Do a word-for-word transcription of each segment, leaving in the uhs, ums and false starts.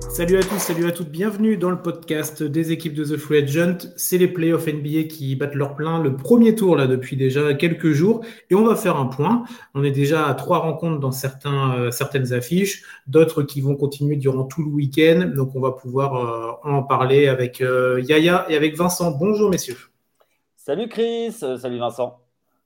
Salut à tous, salut à toutes, bienvenue dans le podcast des équipes de The Free Agent. C'est les playoffs N B A qui battent leur plein, le premier tour là depuis déjà quelques jours, et on va faire un point. On est déjà à trois rencontres dans certains, euh, certaines affiches, d'autres qui vont continuer durant tout le week-end, donc on va pouvoir euh, en parler avec euh, Yaya et avec Vincent. Bonjour messieurs. Salut Chris, euh, salut Vincent.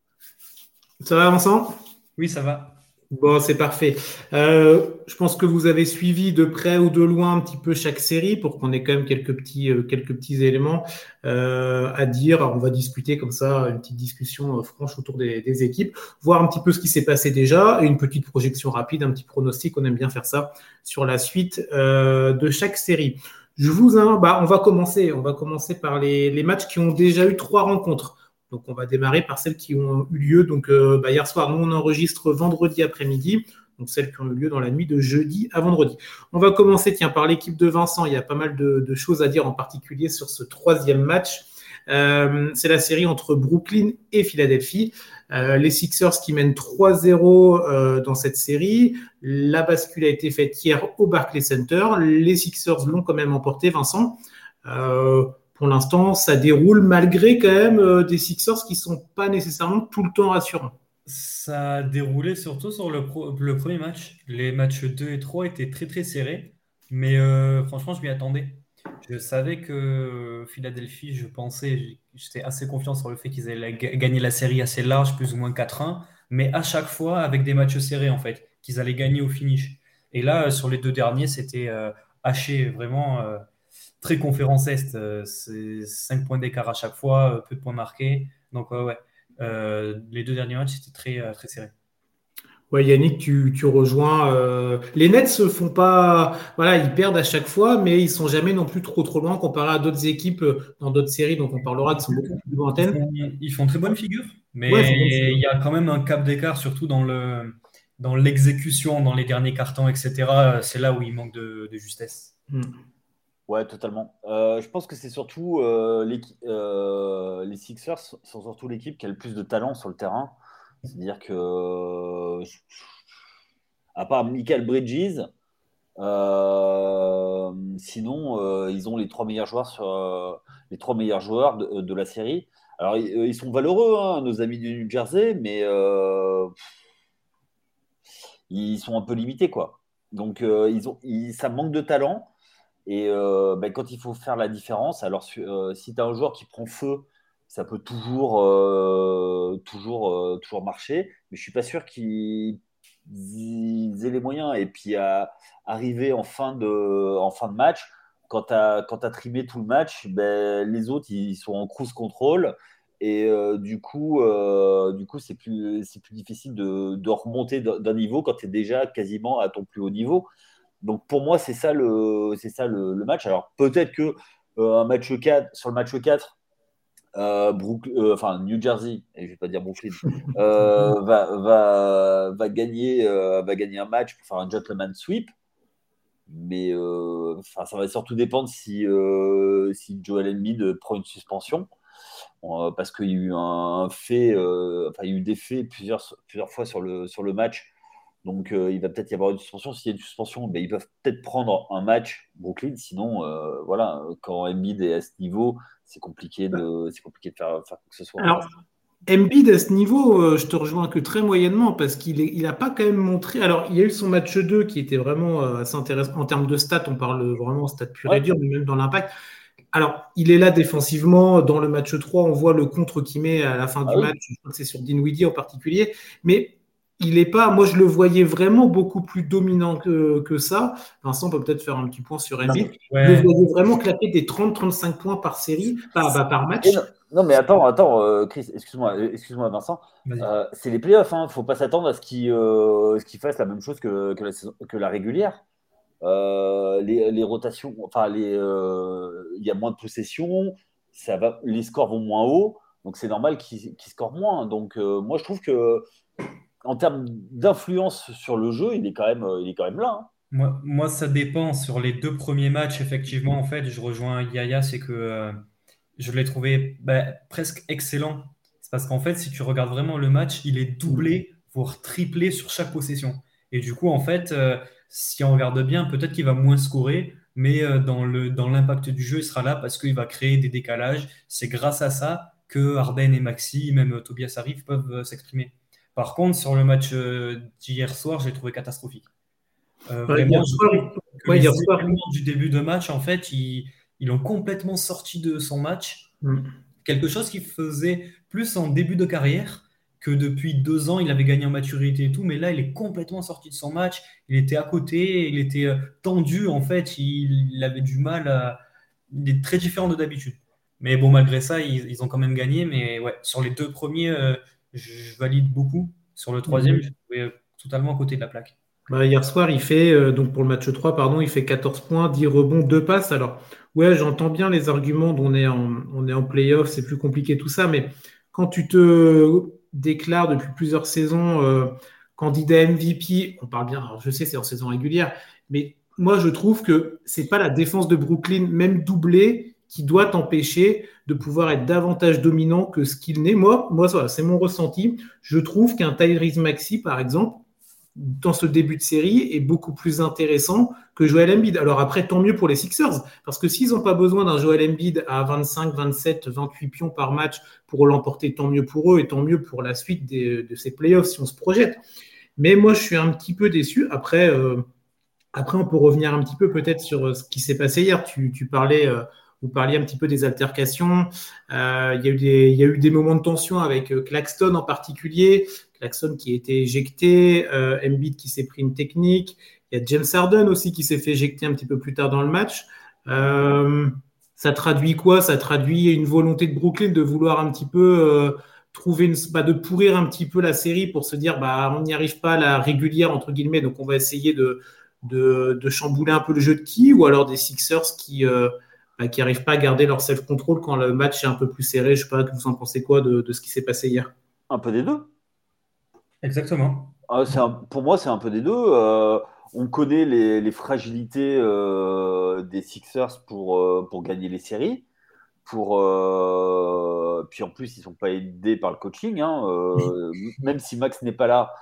Ça va Vincent? Oui, ça va. Bon, c'est parfait. Euh, je pense que vous avez suivi de près ou de loin un petit peu chaque série pour qu'on ait quand même quelques petits, euh, quelques petits éléments euh, à dire. Alors, on va discuter comme ça, une petite discussion euh, franche autour des, des équipes, voir un petit peu ce qui s'est passé déjà et une petite projection rapide, un petit pronostic. On aime bien faire ça sur la suite euh, de chaque série. Je vous, hein, bah, on va commencer. On va commencer par les, les matchs qui ont déjà eu trois rencontres. Donc, on va démarrer par celles qui ont eu lieu. Donc, euh, bah, hier soir, nous, on enregistre vendredi après-midi. Donc, celles qui ont eu lieu dans la nuit de jeudi à vendredi. On va commencer, tiens, par l'équipe de Vincent. Il y a pas mal de, de choses à dire, en particulier sur ce troisième match. Euh, c'est la série entre Brooklyn et Philadelphie. Euh, les Sixers qui mènent trois zéro euh, dans cette série. La bascule a été faite hier au Barclays Center. Les Sixers l'ont quand même emporté, Vincent. Euh, Pour l'instant, ça déroule malgré quand même euh, des Sixers qui sont pas nécessairement tout le temps rassurants. Ça a déroulé surtout sur le, pro- le premier match. Les matchs deux et trois étaient très très serrés, mais euh, franchement, je m'y attendais. Je savais que Philadelphie, je pensais, j'étais assez confiant sur le fait qu'ils allaient ga- gagner la série assez large, plus ou moins quatre un, mais à chaque fois avec des matchs serrés en fait, qu'ils allaient gagner au finish. Et là, sur les deux derniers, c'était euh, haché, vraiment euh, très conférence Est. Euh, c'est cinq points d'écart à chaque fois, euh, peu de points marqués. Donc, ouais, ouais. Euh, les deux derniers matchs, c'était très, euh, très serré. Ouais, Yannick, tu, tu rejoins. Euh, les Nets se font pas. Voilà, ils perdent à chaque fois, mais ils sont jamais non plus trop trop loin comparé à d'autres équipes euh, dans d'autres séries dont on parlera qui sont beaucoup plus Ils lointaines. font, ils font très bonne figure, Ouais, il mais faut bonne figure. il y a quand même un cap d'écart, surtout dans le, dans l'exécution, dans les derniers cartons, et cetera. C'est là où il manque de, de justesse. Hmm. Ouais, totalement. Euh, je pense que c'est surtout euh, l'équi- euh, les Sixers sont surtout l'équipe qui a le plus de talent sur le terrain. C'est-à-dire que, euh, à part Michael Bridges, euh, sinon euh, ils ont les trois meilleurs joueurs sur euh, les trois meilleurs joueurs de, de la série. Alors ils, ils sont valeureux, hein, nos amis du New Jersey, mais euh, ils sont un peu limités, quoi. Donc euh, ils ont, ils- ça manque de talent. Et euh, ben, quand il faut faire la différence, alors euh, si tu as un joueur qui prend feu, ça peut toujours, euh, toujours, euh, toujours marcher. Mais je suis pas sûr qu'ils ils aient les moyens. Et puis à arriver en fin de, en fin de match, quand tu as, quand t'as trimé tout le match, ben, les autres ils sont en cruise control. Et euh, du coup, euh, du coup, c'est plus, c'est plus difficile de, de remonter d'un d'un niveau quand tu es déjà quasiment à ton plus haut niveau. Donc pour moi, c'est ça le, c'est ça le, le match. Alors peut-être que euh, un match quatre, sur le match quatre, euh, Brook- euh, enfin New Jersey, et je vais pas dire Brooklyn, euh, va, va, va, gagner, euh, va gagner un match pour faire un gentleman sweep. Mais euh, enfin, ça va surtout dépendre si, euh, si Joel Embiid prend une suspension. Euh, parce qu'il y a eu un fait, euh, enfin, il y a eu des faits plusieurs, plusieurs fois sur le, sur le match. Donc, euh, il va peut-être y avoir une suspension. S'il y a une suspension, ben, ils peuvent peut-être prendre un match Brooklyn. Sinon, euh, voilà, quand Embiid est à ce niveau, c'est compliqué de, c'est compliqué de faire, faire quoi que ce soit. Alors, Embiid à ce niveau, euh, je te rejoins que très moyennement parce qu'il est, il a pas quand même montré. Alors, il y a eu son match deux qui était vraiment euh, assez intéressant en termes de stats. On parle vraiment stats pur et Ouais. dur, mais même dans l'impact. Alors, il est là défensivement. Dans le match trois, on voit le contre qu'il met à la fin Ah du oui. match. Je crois que c'est sur Dinwiddie en particulier. Mais il est pas. Moi, je le voyais vraiment beaucoup plus dominant que, que ça. Vincent peut peut-être faire un petit point sur Non, Embiid. mais, Je le Ouais, voyais vraiment claquer des trente à trente-cinq points par série, par, bah, par et non, match. non, mais attends, attends, euh, Chris, excuse-moi, euh, excuse-moi, Vincent. vas-y. Euh, c'est les playoffs, hein. Faut pas s'attendre à ce qu'ils euh, ce qu'ils fassent la même chose que, que la, saison- que la régulière. Euh, les, les rotations, enfin, les, euh, il y a moins de possession, ça va, les scores vont moins haut, donc c'est normal qu'ils qu'ils scorent moins. Donc, euh, moi, je trouve que en termes d'influence sur le jeu, il est quand même, euh, il est quand même là, hein. Moi, moi, ça dépend. Sur les deux premiers matchs, effectivement, en fait, je rejoins Yaya, c'est que euh, je l'ai trouvé bah, presque excellent. C'est parce qu'en fait, si tu regardes vraiment le match, il est doublé, voire triplé sur chaque possession. Et du coup, en fait, euh, si on regarde bien, peut-être qu'il va moins scorer, mais euh, dans le, dans l'impact du jeu, il sera là parce qu'il va créer des décalages. C'est grâce à ça que Harden et Maxi, même euh, Tobias Harris, peuvent euh, s'exprimer. Par contre, sur le match euh, d'hier soir, j'ai trouvé catastrophique. Euh, Ouais, vraiment, hier je soir, trouve que ouais, les hier soir. événements du début de match, en fait, ils, ils l'ont complètement sorti de son match. Mm. Quelque chose qu'il faisait plus en début de carrière, que depuis deux ans, il avait gagné en maturité et tout, mais là, il est complètement sorti de son match. Il était à côté, il était euh, tendu, en fait, il, il avait du mal à. Il est très différent de d'habitude. Mais bon, malgré ça, ils, ils ont quand même gagné. Mais ouais, sur les deux premiers, euh, je, je valide beaucoup. Sur le troisième, je Mm. trouvais euh, totalement à côté de la plaque. Bah, hier soir, il fait, euh, donc pour le match trois, pardon, il fait quatorze points, dix rebonds, deux passes. Alors, ouais, j'entends bien les arguments d'on est en, on est en playoff, c'est plus compliqué tout ça, mais quand tu te déclares depuis plusieurs saisons euh, candidat M V P, on parle bien, alors je sais, c'est en saison régulière, mais moi, je trouve que c'est pas la défense de Brooklyn, même doublée, qui doit t'empêcher de pouvoir être davantage dominant que ce qu'il n'est. Moi, moi, voilà, c'est mon ressenti. Je trouve qu'un Tyrese Maxey, par exemple, dans ce début de série est beaucoup plus intéressant que Joel Embiid. Alors après, tant mieux pour les Sixers, parce que s'ils n'ont pas besoin d'un Joel Embiid à vingt-cinq, vingt-sept, vingt-huit pions par match pour l'emporter, tant mieux pour eux et tant mieux pour la suite des, de ces playoffs si on se projette. Mais moi, je suis un petit peu déçu. Après, euh, après on peut revenir un petit peu peut-être sur euh, ce qui s'est passé hier. Tu, tu parlais... Euh, vous parliez un petit peu des altercations. Euh, il, y a eu des, il y a eu des moments de tension avec euh, Claxton en particulier. Claxton qui a été éjecté, euh, Embiid qui s'est pris une technique. Il y a James Harden aussi qui s'est fait éjecter un petit peu plus tard dans le match. Euh, ça traduit quoi? Ça traduit une volonté de Brooklyn de vouloir un petit peu euh, trouver une, bah, de pourrir un petit peu la série pour se dire bah on n'y arrive pas à la régulière entre guillemets, donc on va essayer de, de, de chambouler un peu le jeu de qui, ou alors des Sixers qui euh, bah, qui n'arrivent pas à garder leur self-control quand le match est un peu plus serré. Je sais pas, vous en pensez quoi de, de ce qui s'est passé hier? Un peu des deux. Exactement. Ah, c'est un- pour moi, c'est un peu des deux. Euh, on connaît les, les fragilités euh, des Sixers pour, euh, pour gagner les séries. Pour, euh, Puis en plus, ils ne sont pas aidés par le coaching, hein. Euh, même si Max n'est pas là,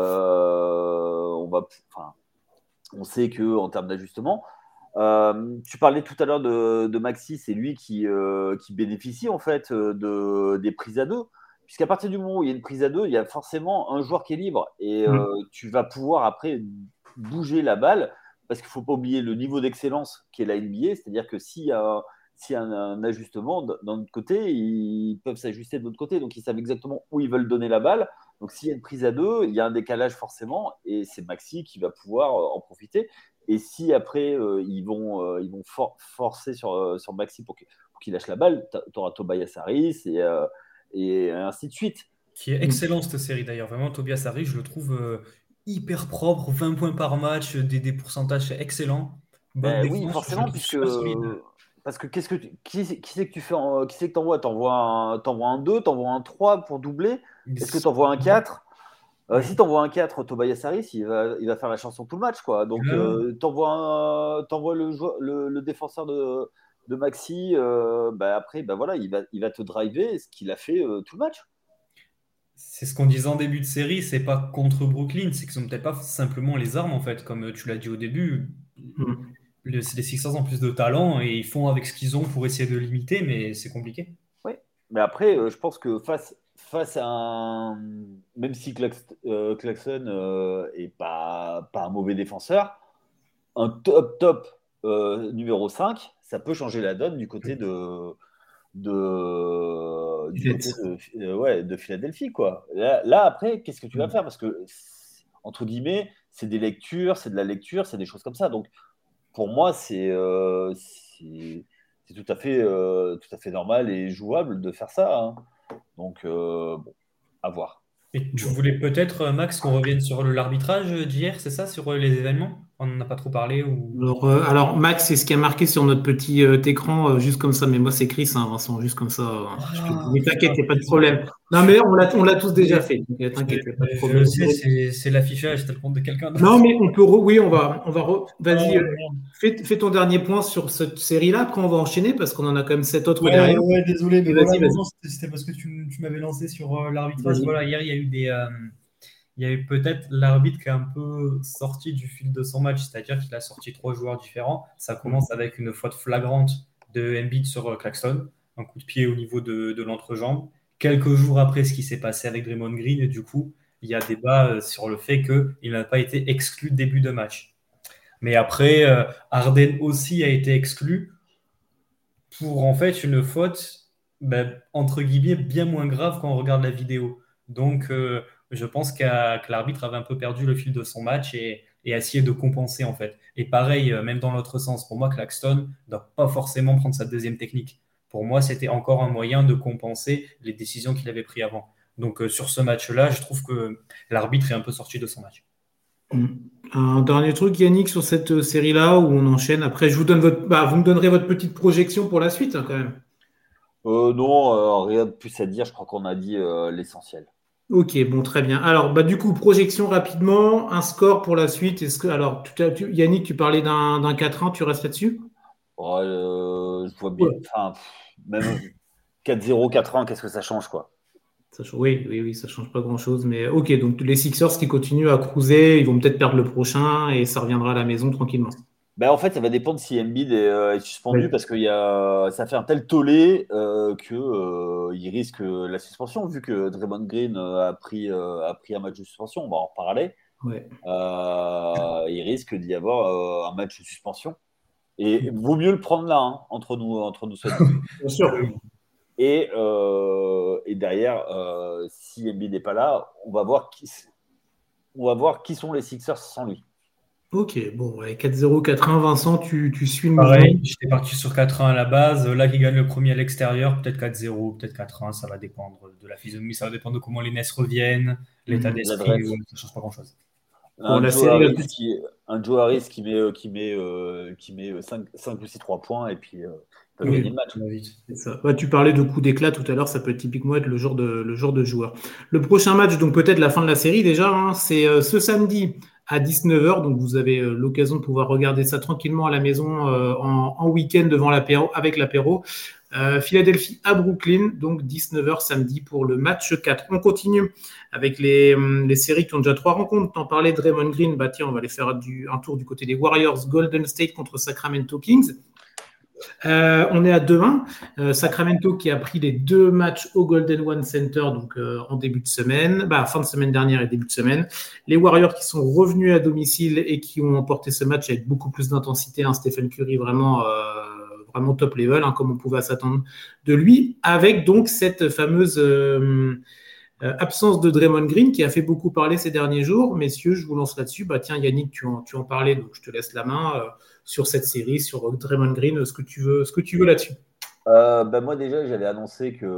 euh, on va, enfin, on sait que en termes d'ajustement. Euh, tu parlais tout à l'heure de, de Maxi, c'est lui qui, euh, qui bénéficie en fait de, des prises à deux. Puisqu'à partir du moment où il y a une prise à deux, il y a forcément un joueur qui est libre. Et euh, Mm. tu vas pouvoir après bouger la balle, parce qu'il ne faut pas oublier le niveau d'excellence qui est la N B A. C'est-à-dire que s'il y a, s'il y a un, un ajustement d'un autre côté, ils peuvent s'ajuster de l'autre côté. Donc ils savent exactement où ils veulent donner la balle. Donc s'il y a une prise à deux, il y a un décalage forcément. Et c'est Maxi qui va pouvoir en profiter. Et si après, euh, ils vont, euh, ils vont for- forcer sur, euh, sur Maxi pour, que- pour qu'il lâche la balle, tu auras Tobias Harris et, euh, et ainsi de suite. Qui est Mm. excellent cette série d'ailleurs. Vraiment, Tobias Harris, je le trouve euh, hyper propre, vingt points par match, des, des pourcentages excellents, bonne Ben oui, défense, je le forcément, trouve puisque. super solide. Parce que qu'est-ce que tu- qui, qui c'est que tu fais en- qui c'est que t'envoies? T'envoies un, t'envoies un deux, t'envoies un trois pour doubler? Est-ce que t'envoies un quatre? Euh, Ouais. si t'envoies un quatre, Tobias Harris, il va, il va faire la chanson tout le match, quoi. Donc, Là, euh, t'envoies, un- t'envoies le, joueur- le, le défenseur de, de Maxi, euh, bah, après, bah, voilà, il va, il va te driver, ce qu'il a fait euh, tout le match. c'est ce qu'on disait en début de série, c'est pas contre Brooklyn, c'est qu'ils ont peut-être pas simplement les armes en fait, comme tu l'as dit au début. Mm. Le- C'est des Sixers en plus de talent et ils font avec ce qu'ils ont pour essayer de limiter, mais c'est compliqué. Oui. Mais après, euh, je pense que face, face à un. Même si Clax- euh, Claxton euh, est pas, pas un mauvais défenseur, un top, top euh, numéro cinq, ça peut changer la donne du côté de. De, du côté de, euh, ouais, de Philadelphie, quoi. Là, là, après, qu'est-ce que tu vas Mm. faire? Parce que, entre guillemets, c'est des lectures, c'est de la lecture, c'est des choses comme ça. Donc, pour moi, c'est euh, c'est c'est tout à fait, euh, tout à fait normal et jouable de faire ça, hein. Donc, euh, bon, à voir. Et tu Bon. voulais peut-être, euh, Max, qu'on revienne sur le- l'arbitrage d'hier, c'est ça, sur euh, les événements? On n'en a pas trop parlé ou... Alors, euh, alors, Max, c'est ce qui a marqué sur notre petit euh, écran, euh, juste comme ça, mais moi c'est Chris, hein, Vincent, juste comme ça. euh, je te- Ah, Mais putain, t'inquiète, il n'y a pas de désolé. problème. Non, mais on l'a on l'a tous déjà fait, donc euh, Je, t'inquiète, il n'y a pas de je le problème. sais, c'est c'est l'affichage, t'as le compte de quelqu'un Non, d'autre. mais on peut, re- oui, on va, on va, re- vas-y, Ah, euh, merde. fais, fais ton dernier point sur cette série-là, après on va enchaîner parce qu'on en a quand même sept autres Ouais, derrière. ouais, désolé, mais Et voilà, vas-y, non, vas-y, non, c'était c'était parce que tu, tu m'avais lancé sur euh, l'arbitrage. vas-y. Voilà, hier, il y a eu des, euh, il y avait peut-être l'arbitre qui est un peu sorti du fil de son match, c'est-à-dire qu'il a sorti trois joueurs différents. Ça commence avec une faute flagrante de Embiid sur Claxton, un coup de pied au niveau de, de l'entrejambe. Quelques jours après ce qui s'est passé avec Draymond Green, et du coup, il y a débat sur le fait qu'il n'a pas été exclu de début de match. Mais après, euh, Harden aussi a été exclu pour en fait une faute, ben, entre guillemets, bien moins grave quand on regarde la vidéo. Donc, euh, je pense qu'à- que l'arbitre avait un peu perdu le fil de son match et, et a essayé de compenser en fait. Et pareil, euh, même dans l'autre sens, pour moi, Claxton ne doit pas forcément prendre sa deuxième technique. Pour moi, c'était encore un moyen de compenser les décisions qu'il avait prises avant. Donc, euh, sur ce match-là, je trouve que l'arbitre est un peu sorti de son match. Mm. Un dernier truc, Yannick, sur cette euh, série-là où on enchaîne. Après, je vous donne votre, bah, vous me donnerez votre petite projection pour la suite, hein, quand même. Euh, non, euh, rien de plus à dire. Je crois qu'on a dit euh, l'essentiel. Ok, bon, très bien. Alors, bah, du coup, projection rapidement, un score pour la suite. Est-ce que, alors, tout à- tu- Yannick, tu parlais d'un d'un quatre un, tu restes là-dessus? Oh, euh, je vois bien. Ouais. Enfin, pff, même quatre zéro, quatre un, qu'est-ce que ça change, quoi? Ça change- oui, oui, oui, ça change pas grand-chose. Mais ok, donc les Sixers qui continuent à cruiser, ils vont peut-être perdre le prochain et ça reviendra à la maison tranquillement. Ben, en fait, ça va dépendre si Embiid est, euh, est suspendu Oui. parce que y a, ça fait un tel tollé euh, que euh, il risque la suspension vu que Draymond Green euh, a pris, euh, a pris un match de suspension. On va en reparler. Ouais. Euh, il risque d'y avoir euh, un match de suspension. Et vaut mieux le prendre là, hein, entre nous, entre nous soit dit. Bien sûr. Et, euh, et derrière, euh, si Embiid n'est pas là, on va voir qui, on va voir qui sont les Sixers sans lui. Ok, bon, ouais, quatre zéro, quatre un, Vincent, tu, tu suis le mouvement. Pareil, j'étais parti sur quatre un à la base. Là, qui gagne le premier à l'extérieur, peut-être quatre zéro, peut-être quatre un. Ça va dépendre de la physionomie, ça va dépendre de comment les Nets reviennent, l'état Mhm. d'esprit. L'adresse. Ouais, ça ne change pas grand-chose. Bon, Un la Joe série la Harris plus. qui, un Joe Harris qui met, euh, qui met, euh, qui met cinq ou six trois points et puis euh, ils peuvent gagner Oui, le match. Ça va vite. c'est ça. Ouais, tu parlais de coup d'éclat tout à l'heure, ça peut typiquement être le genre de, le genre de joueur. Le prochain match, donc peut-être la fin de la série déjà, hein, c'est euh, ce samedi à dix-neuf heures. Donc vous avez euh, l'occasion de pouvoir regarder ça tranquillement à la maison euh, en, en week-end devant l'apéro, avec l'apéro. Euh, Philadelphie à Brooklyn, donc dix-neuf heures samedi pour le match quatre. On continue avec les, hum, les séries qui ont déjà trois rencontres. T'en parlais de Draymond Green, bah tiens, on va aller faire du, un tour du côté des Warriors, Golden State contre Sacramento Kings. Euh, on est à deux un. Euh, Sacramento qui a pris les deux matchs au Golden One Center donc euh, en début de semaine, bah, fin de semaine dernière et début de semaine. Les Warriors qui sont revenus à domicile et qui ont emporté ce match avec beaucoup plus d'intensité. Hein, Stephen Curry vraiment, euh, vraiment top level, hein, comme on pouvait s'attendre de lui, avec donc cette fameuse euh, euh, absence de Draymond Green qui a fait beaucoup parler ces derniers jours. Messieurs, je vous lance là-dessus. Bah, tiens, Yannick, tu en, tu en parlais, donc je te laisse la main euh, sur cette série, sur Draymond Green, ce que tu veux, ce que tu veux là-dessus. Euh, bah, moi déjà, j'avais annoncé que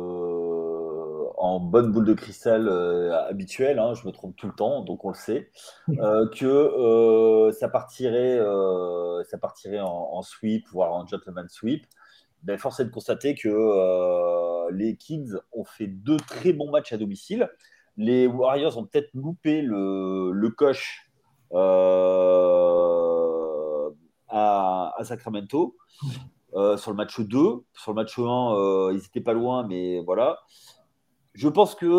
euh, en bonne boule de cristal euh, habituelle, hein, je me trompe tout le temps, donc on le sait, euh, que euh, ça partirait, euh, ça partirait en, en sweep, voire en gentleman sweep. Ben, force est de constater que euh, les Kings ont fait deux très bons matchs à domicile. Les Warriors ont peut-être loupé le, le coche euh, à, à Sacramento euh, sur le match deux. Sur le match un, euh, ils n'étaient pas loin, mais voilà. Je pense que,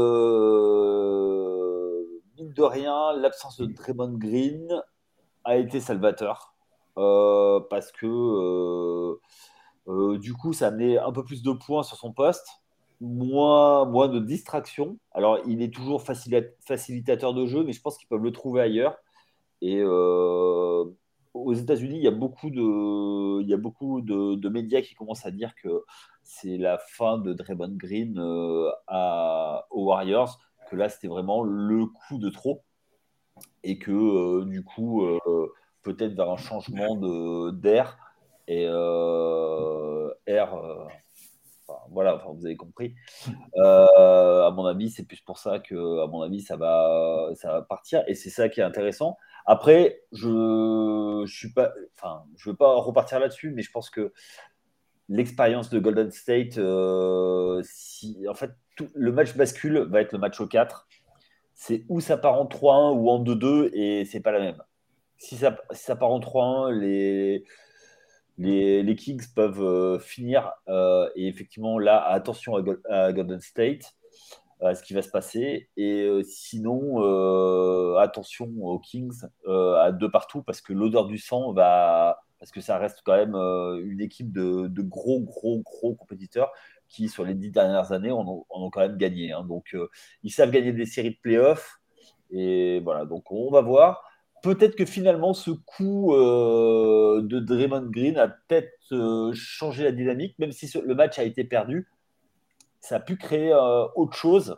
euh, mine de rien, l'absence de Draymond Green a été salvateur. Euh, parce que euh, euh, du coup, ça amenait un peu plus de points sur son poste, moins, moins de distractions. Alors, il est toujours facilita- facilitateur de jeu, mais je pense qu'ils peuvent le trouver ailleurs. Et euh, aux États-Unis, il y a beaucoup de, il y a beaucoup de, de médias qui commencent à dire que c'est la fin de Draymond Green euh, à, aux Warriors, que là, c'était vraiment le coup de trop et que euh, du coup, euh, peut-être vers un changement de, d'air et euh, air. Euh, enfin, voilà, enfin, vous avez compris. Euh, à mon avis, c'est plus pour ça que, à mon avis, ça va, ça va partir. Et c'est ça qui est intéressant. Après, je, je suis pas, enfin, je veux pas repartir là-dessus, mais je pense que l'expérience de Golden State, euh, si, en fait, tout, le match bascule va être le match au quatre. C'est où ça part en trois un ou en deux deux et c'est pas la même. Si ça, si ça part en trois un, les, les, les Kings peuvent euh, finir. Euh, et effectivement, là, attention à, Go- à Golden State. à ce qui va se passer. Et euh, sinon, euh, attention aux Kings euh, à deux partout parce que l'odeur du sang va. Parce que ça reste quand même euh, une équipe de, de gros, gros, gros compétiteurs qui, sur les dix dernières années, en ont, en ont quand même gagné. Hein. Donc, euh, ils savent gagner des séries de playoffs. Et voilà, donc on va voir. Peut-être que finalement, ce coup euh, de Draymond Green a peut-être euh, changé la dynamique, même si ce- le match a été perdu. Ça a pu créer euh, autre chose.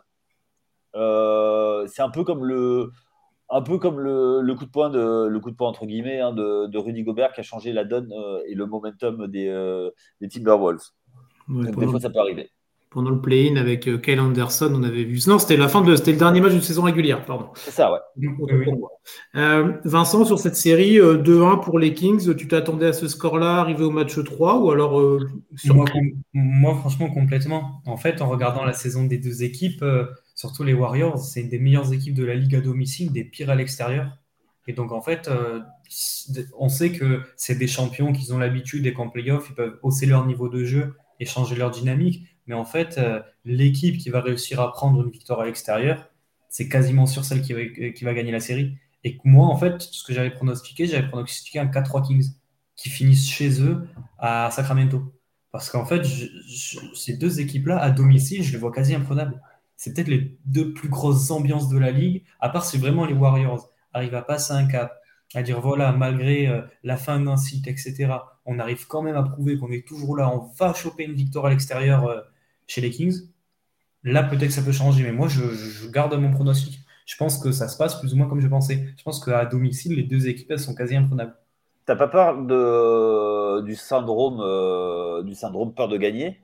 Euh, c'est un peu comme le, un peu comme le, le coup de poing de, le coup de poing entre guillemets hein, de, de Rudy Gobert qui a changé la donne euh, et le momentum des, euh, des Timberwolves. Ouais, Donc des pendant, fois, ça peut arriver. pendant le play-in avec euh, Kyle Anderson, on avait vu. Non, c'était la fin de, c'était le dernier match de saison régulière, pardon. C'est ça, ouais. Oui, Autant oui. pour moi. Euh, Vincent, sur cette série euh, deux un pour les Kings, tu t'attendais à ce score-là, arrivé au match trois ou alors euh, Moi, surpris? com- moi, franchement, complètement. En fait, en regardant la saison des deux équipes, euh, surtout les Warriors, c'est une des meilleures équipes de la ligue à domicile, des pires à l'extérieur. Et donc, en fait, euh, c'est- on sait que c'est des champions qui ont l'habitude et qu'en playoff, ils peuvent hausser leur niveau de jeu et changer leur dynamique. Mais en fait, euh, l'équipe qui va réussir à prendre une victoire à l'extérieur, c'est quasiment sûr celle qui va, qui va gagner la série. Et que moi, en fait, ce que j'avais pronostiqué, j'avais pronostiqué un quatre trois Kings qui finissent chez eux à Sacramento. Parce qu'en fait, je- je- ces deux équipes-là, à domicile, je les vois quasi imprenables. C'est peut-être les deux plus grosses ambiances de la ligue, à part si vraiment les Warriors arrivent à passer un cap, à dire voilà, malgré euh, la fin d'un cycle, et cetera, on arrive quand même à prouver qu'on est toujours là, on va choper une victoire à l'extérieur euh, chez les Kings. Là, peut-être que ça peut changer, mais moi, je, je garde mon pronostic. Je pense que ça se passe plus ou moins comme je pensais. Je pense qu'à domicile, les deux équipes, elles sont quasi imprenables. T'as pas peur de, du syndrome, euh, du syndrome peur de gagner?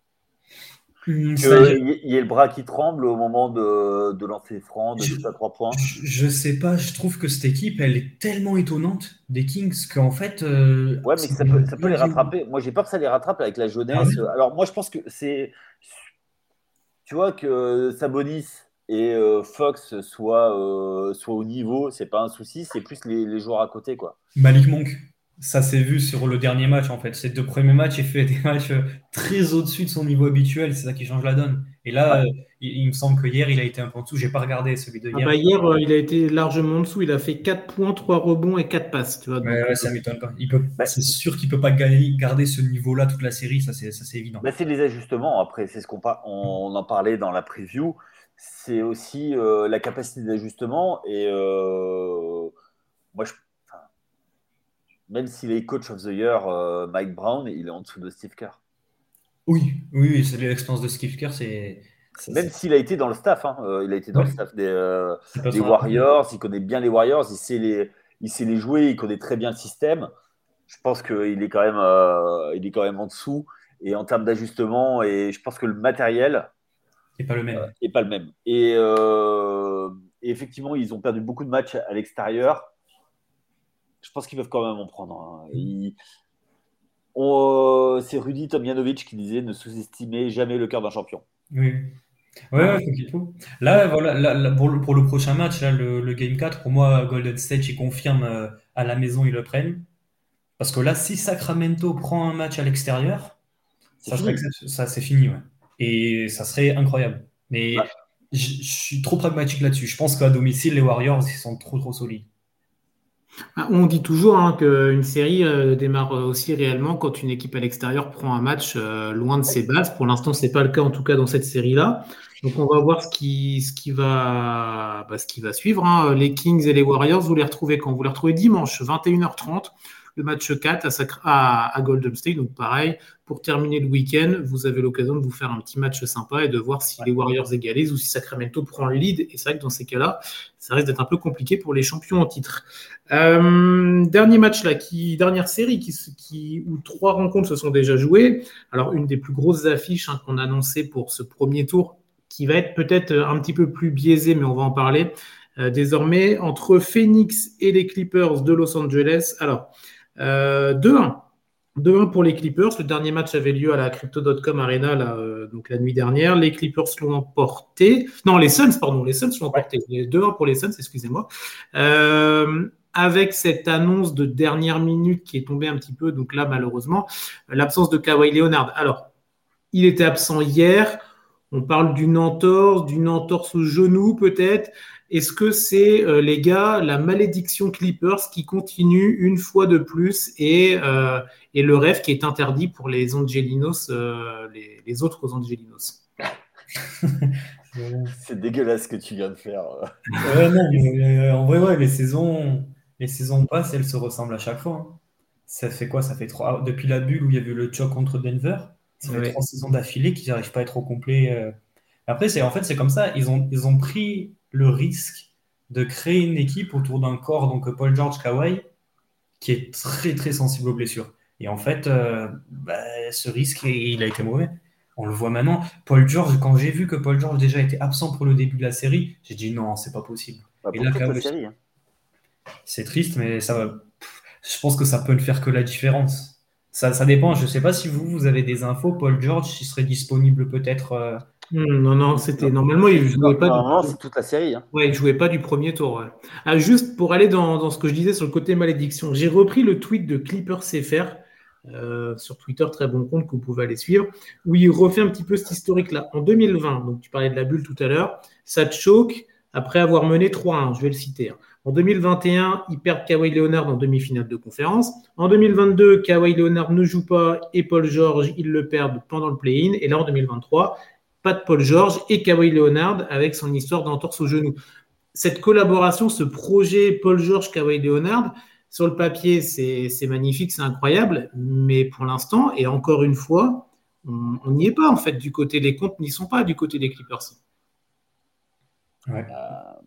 Hum, C'est-à-dire, Qu'il y ait le bras qui tremble au moment de, de lancer franc, de Je, shoot à trois points. je, je sais pas, je trouve que cette équipe, elle est tellement étonnante des Kings qu'en fait, euh, Ouais, mais c'est ça peut, ça peut les bloqué. rattraper. Moi, j'ai peur que ça les rattrape avec la Ah ouais? jeunesse. Alors, moi, je pense que c'est. Tu vois, que Sabonis et euh, Fox soient, euh, soient au niveau, c'est pas un souci, c'est plus les, les joueurs à côté, quoi. Malik Monk, ça s'est vu sur le dernier match en fait. Ces deux premiers matchs, il fait des matchs euh, très au-dessus de son niveau habituel, c'est ça qui change la donne. Et là, euh, il, il me semble que hier, il a été un peu en dessous. J'ai pas regardé celui de Ah hier. bah hier, euh, il a été largement en dessous. Il a fait quatre points, trois rebonds et quatre passes. Tu vois, Ouais, donc, ouais, euh, ça m'étonne pas. Il peut, Bah, c'est sûr qu'il peut pas gagner- garder ce niveau-là toute la série, ça c'est, ça c'est évident. bah, c'est les ajustements. Après, c'est ce qu'on par- on, on en parlait dans la preview. C'est aussi euh, la capacité d'ajustement. Et euh, moi, je, enfin, même s'il est coach of the year, euh, Mike Brown, il est en dessous de Steve Kerr. Oui, oui, oui, c'est l'expérience de Steve Kerr, c'est, ça, Même c'est, s'il a été dans le staff, hein, euh, il a été dans le ouais, staff des, euh, c'est pas des son appareil. Warriors, il connaît bien les Warriors, il sait les, il sait les jouer, il connaît très bien le système. Je pense qu'il est quand même, euh, il est quand même en dessous. Et en termes d'ajustement, et je pense que le matériel C'est pas le même. n'est pas le même. Et, euh, et effectivement, ils ont perdu beaucoup de matchs à l'extérieur. Je pense qu'ils peuvent quand même en prendre. Hein. Ils- on- c'est Rudy Tomjanovic qui disait ne sous-estimez jamais le cœur d'un champion. Oui. Ouais, ouais, faut qu'il faut. Là, voilà, là, là, pour le, pour le prochain match, là, le, le Game quatre, pour moi, Golden State, ils confirment euh, à la maison, ils le prennent. Parce que là, si Sacramento prend un match à l'extérieur, C'est ça serait fini. excep- ça, c'est fini, ouais. Et ça serait incroyable. Mais Bah, je je suis trop pragmatique là-dessus. Je pense qu'à domicile, les Warriors, ils sont trop, trop solides. ah, on dit toujours hein, qu'une série euh, démarre euh, aussi réellement quand une équipe à l'extérieur prend un match euh, loin de ses bases. Pour l'instant, c'est pas le cas en tout cas dans cette série-là. Donc on va voir ce qui, ce qui va, bah, ce qui va suivre. Hein. Les Kings et les Warriors, vous les retrouvez quand? Vous les retrouvez dimanche, vingt et une heures trente, le match quatre à, Sacra- à, à Golden State. Donc pareil, pour terminer le week-end, vous avez l'occasion de vous faire un petit match sympa et de voir si Ouais. les Warriors égalisent ou si Sacramento prend le lead. Et c'est vrai que dans ces cas-là, ça risque d'être un peu compliqué pour les champions en titre. Euh, dernier match là, qui, dernière série qui, qui, où trois rencontres se sont déjà jouées. Alors une des plus grosses affiches hein, qu'on a annoncées pour ce premier tour, qui va être peut-être un petit peu plus biaisé, mais on va en parler euh, désormais, entre Phoenix et les Clippers de Los Angeles. Alors, euh, deux un. deux un pour les Clippers. Le dernier match avait lieu à la crypto point com Arena là, euh, donc la nuit dernière. Les Clippers l'ont emporté. Non, les Suns, pardon, les Suns l'ont ouais. emporté. deux un pour les Suns, excusez-moi. Euh, avec cette annonce de dernière minute qui est tombée un petit peu, donc là, malheureusement, l'absence de Kawhi Leonard. Alors, il était absent hier. On parle d'une entorse, d'une entorse au genou peut-être. Est-ce que c'est, euh, les gars, la malédiction Clippers qui continue une fois de plus et, euh, et le rêve qui est interdit pour les Angelinos, euh, les, les autres Angelinos? C'est dégueulasse ce que tu viens de faire. Ouais, non, mais, euh, en vrai, ouais, les saisons, les saisons passent, elles se ressemblent à chaque fois, hein. Ça fait quoi? Ça fait trois. Depuis la bulle où il y a eu le choc contre Denver, ça fait Ouais. trois saisons d'affilée qu'ils n'arrivent pas à être au complet. euh. Après, c'est en fait, c'est comme ça. Ils ont, ils ont pris le risque de créer une équipe autour d'un corps, donc Paul George, Kawhi, qui est très très sensible aux blessures. Et en fait, euh, bah, ce risque, il a été mauvais. On le voit maintenant. Paul George, quand j'ai vu que Paul George déjà était absent pour le début de la série, j'ai dit non, c'est pas possible. Bah, Et pour là, toute la Kawhi, série. Hein. c'est triste, mais ça va. Je pense que ça peut ne faire que la différence. Ça, ça dépend. Je ne sais pas si vous, vous avez des infos. Paul George, il serait disponible peut-être. euh, Hmm, non, non, c'était Non, normalement il non, jouait pas du normalement, c'est toute la série. Hein. ouais, il jouait pas du premier tour. Ouais. Ah, juste pour aller dans, dans ce que je disais sur le côté malédiction, j'ai repris le tweet de Clipper C F R euh, sur Twitter, très bon compte que vous pouvez aller suivre, où il refait un petit peu cet historique-là. En deux mille vingt, donc tu parlais de la bulle tout à l'heure, ça choke après avoir mené trois à un, je vais le citer. Hein. En deux mille vingt et un, ils perdent Kawhi Leonard en demi-finale de conférence. En deux mille vingt-deux, Kawhi Leonard ne joue pas et Paul George, ils le perdent pendant le play-in. Et là, en deux mille vingt-trois, pas de Paul George et Kawhi Leonard avec son histoire d'entorse au genou. Cette collaboration, ce projet Paul George, Kawhi Leonard, sur le papier, c'est, c'est magnifique, c'est incroyable, mais pour l'instant, et encore une fois, on n'y est pas en fait du côté des comptes, n'y sont pas du côté des Clippers. Ouais. Euh,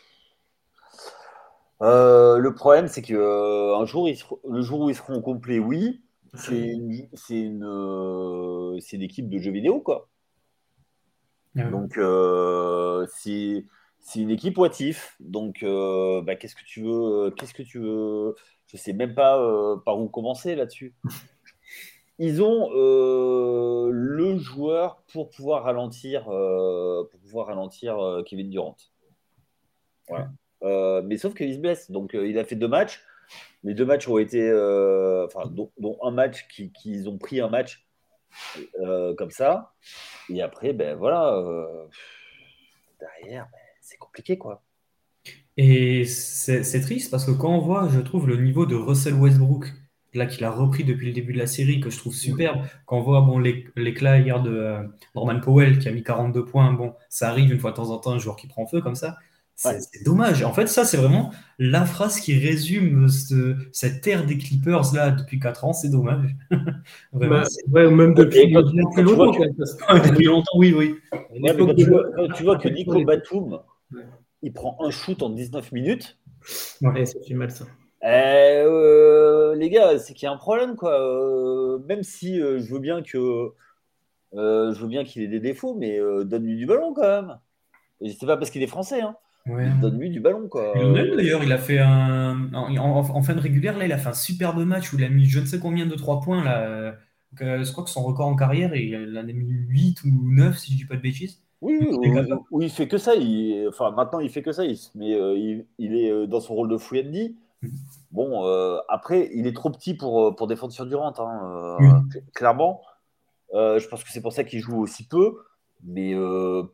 euh, le problème, c'est que euh, un jour, ils seront- le jour où ils seront complets, oui, c'est une, c'est une, euh, c'est une équipe de jeux vidéo, quoi. Ouais. Donc, euh, c'est, c'est une équipe what if. Donc, euh, bah, qu'est-ce que tu veux, qu'est-ce que tu veux, je sais même pas euh, par où commencer là-dessus. Ils ont euh, le joueur pour pouvoir ralentir, euh, pour pouvoir ralentir euh, Kevin Durant. Voilà. Euh, mais sauf qu'il se blesse. Donc, euh, il a fait deux matchs. Les deux matchs ont été. euh, Enfin, dont, dont un match qui- qu'ils ont pris un match euh, comme ça. Et après, ben voilà. euh, derrière, ben, c'est compliqué, quoi. Et c'est c'est triste parce que quand on voit, je trouve, le niveau de Russell Westbrook, là qu'il a repris depuis le début de la série, que je trouve superbe, quand on voit bon, l'é- l'éclat hier de euh, Norman Powell qui a mis quarante-deux points, bon, ça arrive une fois de temps en temps, un joueur qui prend feu comme ça, Ouais. c'est c'est dommage. En fait, ça, c'est vraiment la phrase qui résume ce- cette ère des Clippers là depuis quatre ans, c'est dommage. Vraiment, Bah, c'est- ouais, même depuis Et quand, bien plus quand tu vois longtemps, que, quand même, parce que, depuis longtemps, oui, oui. à ouais, mais l'époque quand de tu vois, quand tu vois que après, pour Nico les- Batum, Ouais, il prend un shoot en dix-neuf minutes. Ouais, ça fait mal ça. Eh, euh, les gars, c'est qu'il y a un problème, quoi. Euh, même si euh, je veux bien que euh, je veux bien qu'il ait des défauts, mais euh, donne-lui du ballon quand même. Et c'est pas parce qu'il est français, hein. Ouais. Mais donne-lui du ballon, quoi. Et Lionel, Euh, d'ailleurs, il a fait un. En, en- en fin de régulière, là, il a fait un superbe match où il a mis je ne sais combien de trois points. Là. Euh, que- je crois que son record en carrière, il en a mis huit ou neuf si je dis pas de bêtises. oui, Donc, oui, il est oui, capable. oui, il fait que ça. Il- enfin, maintenant, il fait que ça. Il, se- mais euh, il, il est euh, dans son rôle de free and D. Bon, euh, après, il est trop petit pour, euh, pour défendre sur Durant, hein, Oui. euh, cl- clairement. Euh, je pense que c'est pour ça qu'il joue aussi peu. Mais euh,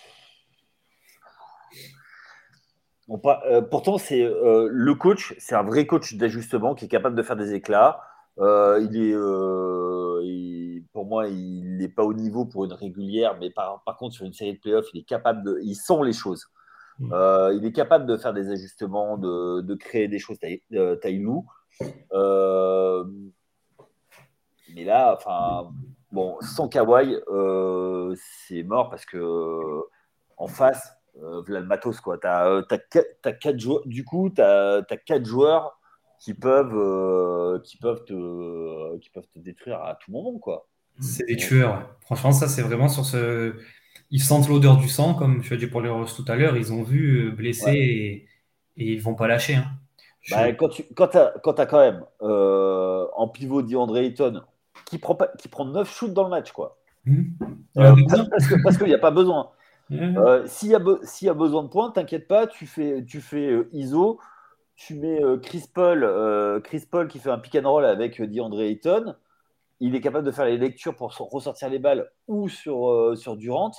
on pas, euh, pourtant, c'est euh, le coach, c'est un vrai coach d'ajustement qui est capable de faire des éclats. Euh, il est, euh, il- pour moi, il n'est pas au niveau pour une régulière, mais par, par contre, sur une série de playoffs, il est capable de, il sent les choses. Euh, il est capable de faire des ajustements, de, de créer des choses taille, euh, taille loup. Euh, mais là, enfin, bon, sans Kawhi, euh, c'est mort parce que euh, en face, euh, voilà le matos, quoi. T'as, euh, t'as, quatre- t'as quatre joueurs, du coup, t'as, t'as quatre joueurs qui peuvent, euh, qui peuvent te, qui peuvent te détruire à tout moment, quoi. C'est des Donc, tueurs. Ouais. Franchement, ça, c'est vraiment sur ce. Ils sentent l'odeur du sang, comme tu as dit pour les Rose tout à l'heure. Ils ont vu euh, blessés ouais. et, et ils vont pas lâcher, hein. Je... Bah, quand tu, quand t'as, quand t'as quand même euh, en pivot DeAndre Ayton qui prend pas, qui prend neuf shoots dans le match, quoi. Hmm. Il en Euh, a besoin. parce que, parce qu'il n'y a pas besoin. Ouais. Euh, s'il y a, be- s'il y a besoin de points, t'inquiète pas, tu fais, tu fais euh, I S O, tu mets euh, Chris Paul, euh, Chris Paul qui fait un pick and roll avec euh, DeAndre Ayton. Il est capable de faire les lectures pour so- ressortir les balles ou sur, euh, sur Durant.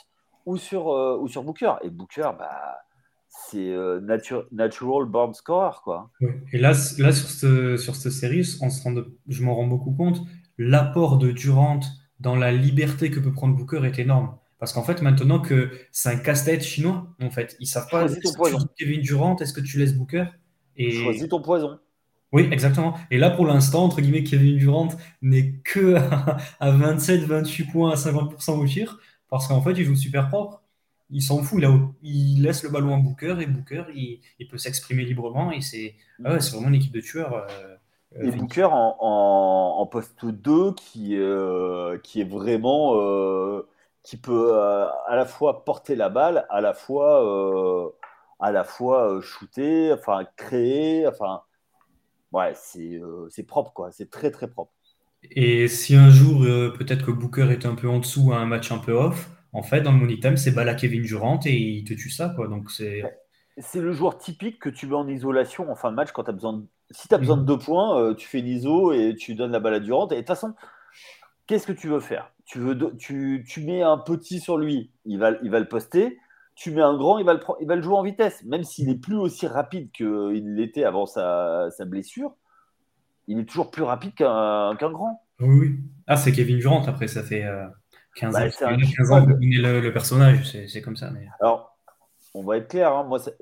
ou sur, euh, ou sur Booker. Et Booker, bah, c'est euh, natu- natural born scorer, quoi. Ouais. Et là, c- là sur cette, sur cette série, on se rend de- je m'en rends beaucoup compte, l'apport de Durant dans la liberté que peut prendre Booker est énorme. Parce qu'en fait, maintenant que c'est un casse-tête chinois, en fait, ils savent pas, Choisis ton est-ce que tu poison. dis Kevin Durant, est-ce que tu laisses Booker? Et Choisis ton poison. oui, exactement. Et là, pour l'instant, entre guillemets, Kevin Durant n'est que à, à vingt-sept vingt-huit points à cinquante pour cent au tir, parce qu'en fait, il joue super propre. Il s'en fout, il, a- il laisse le ballon à Booker, et Booker, il, il peut s'exprimer librement, et c'est ah ouais, c'est vraiment une équipe de tueurs. euh, euh, Et Phoenix. Booker en, en, en poste deux qui, euh, qui est vraiment. Euh, qui peut euh, à la fois porter la balle, à la fois, euh, à la fois euh, shooter, enfin créer. Enfin, ouais, c'est euh, c'est propre, quoi. C'est très, très propre. Et si un jour, euh, peut-être que Booker est un peu en dessous à un match un peu off, en fait, dans le Money Time, c'est balle à Kevin Durant, et il te tue ça, quoi. Donc, c'est. Ouais. C'est le joueur typique que tu mets en isolation en fin de match quand tu as besoin de... Si tu as besoin de deux points, euh, tu fais une iso et tu donnes la balle à Durant. Et de toute façon, qu'est-ce que tu veux faire? Tu, veux de- tu, tu mets un petit sur lui, il va, il va le poster. Tu mets un grand, il va le, pre- il va le jouer en vitesse. Même s'il est plus aussi rapide qu'il l'était avant sa, sa blessure, il est toujours plus rapide qu'un qu'un grand. Oui, oui. Ah, c'est Kevin Durant, après, ça fait euh, quinze ans, Bah, c'est un cheat quinze ans que vous code. connaissez le, le personnage, c'est c'est comme ça. Mais... Alors, on va être clair, hein, moi, ça,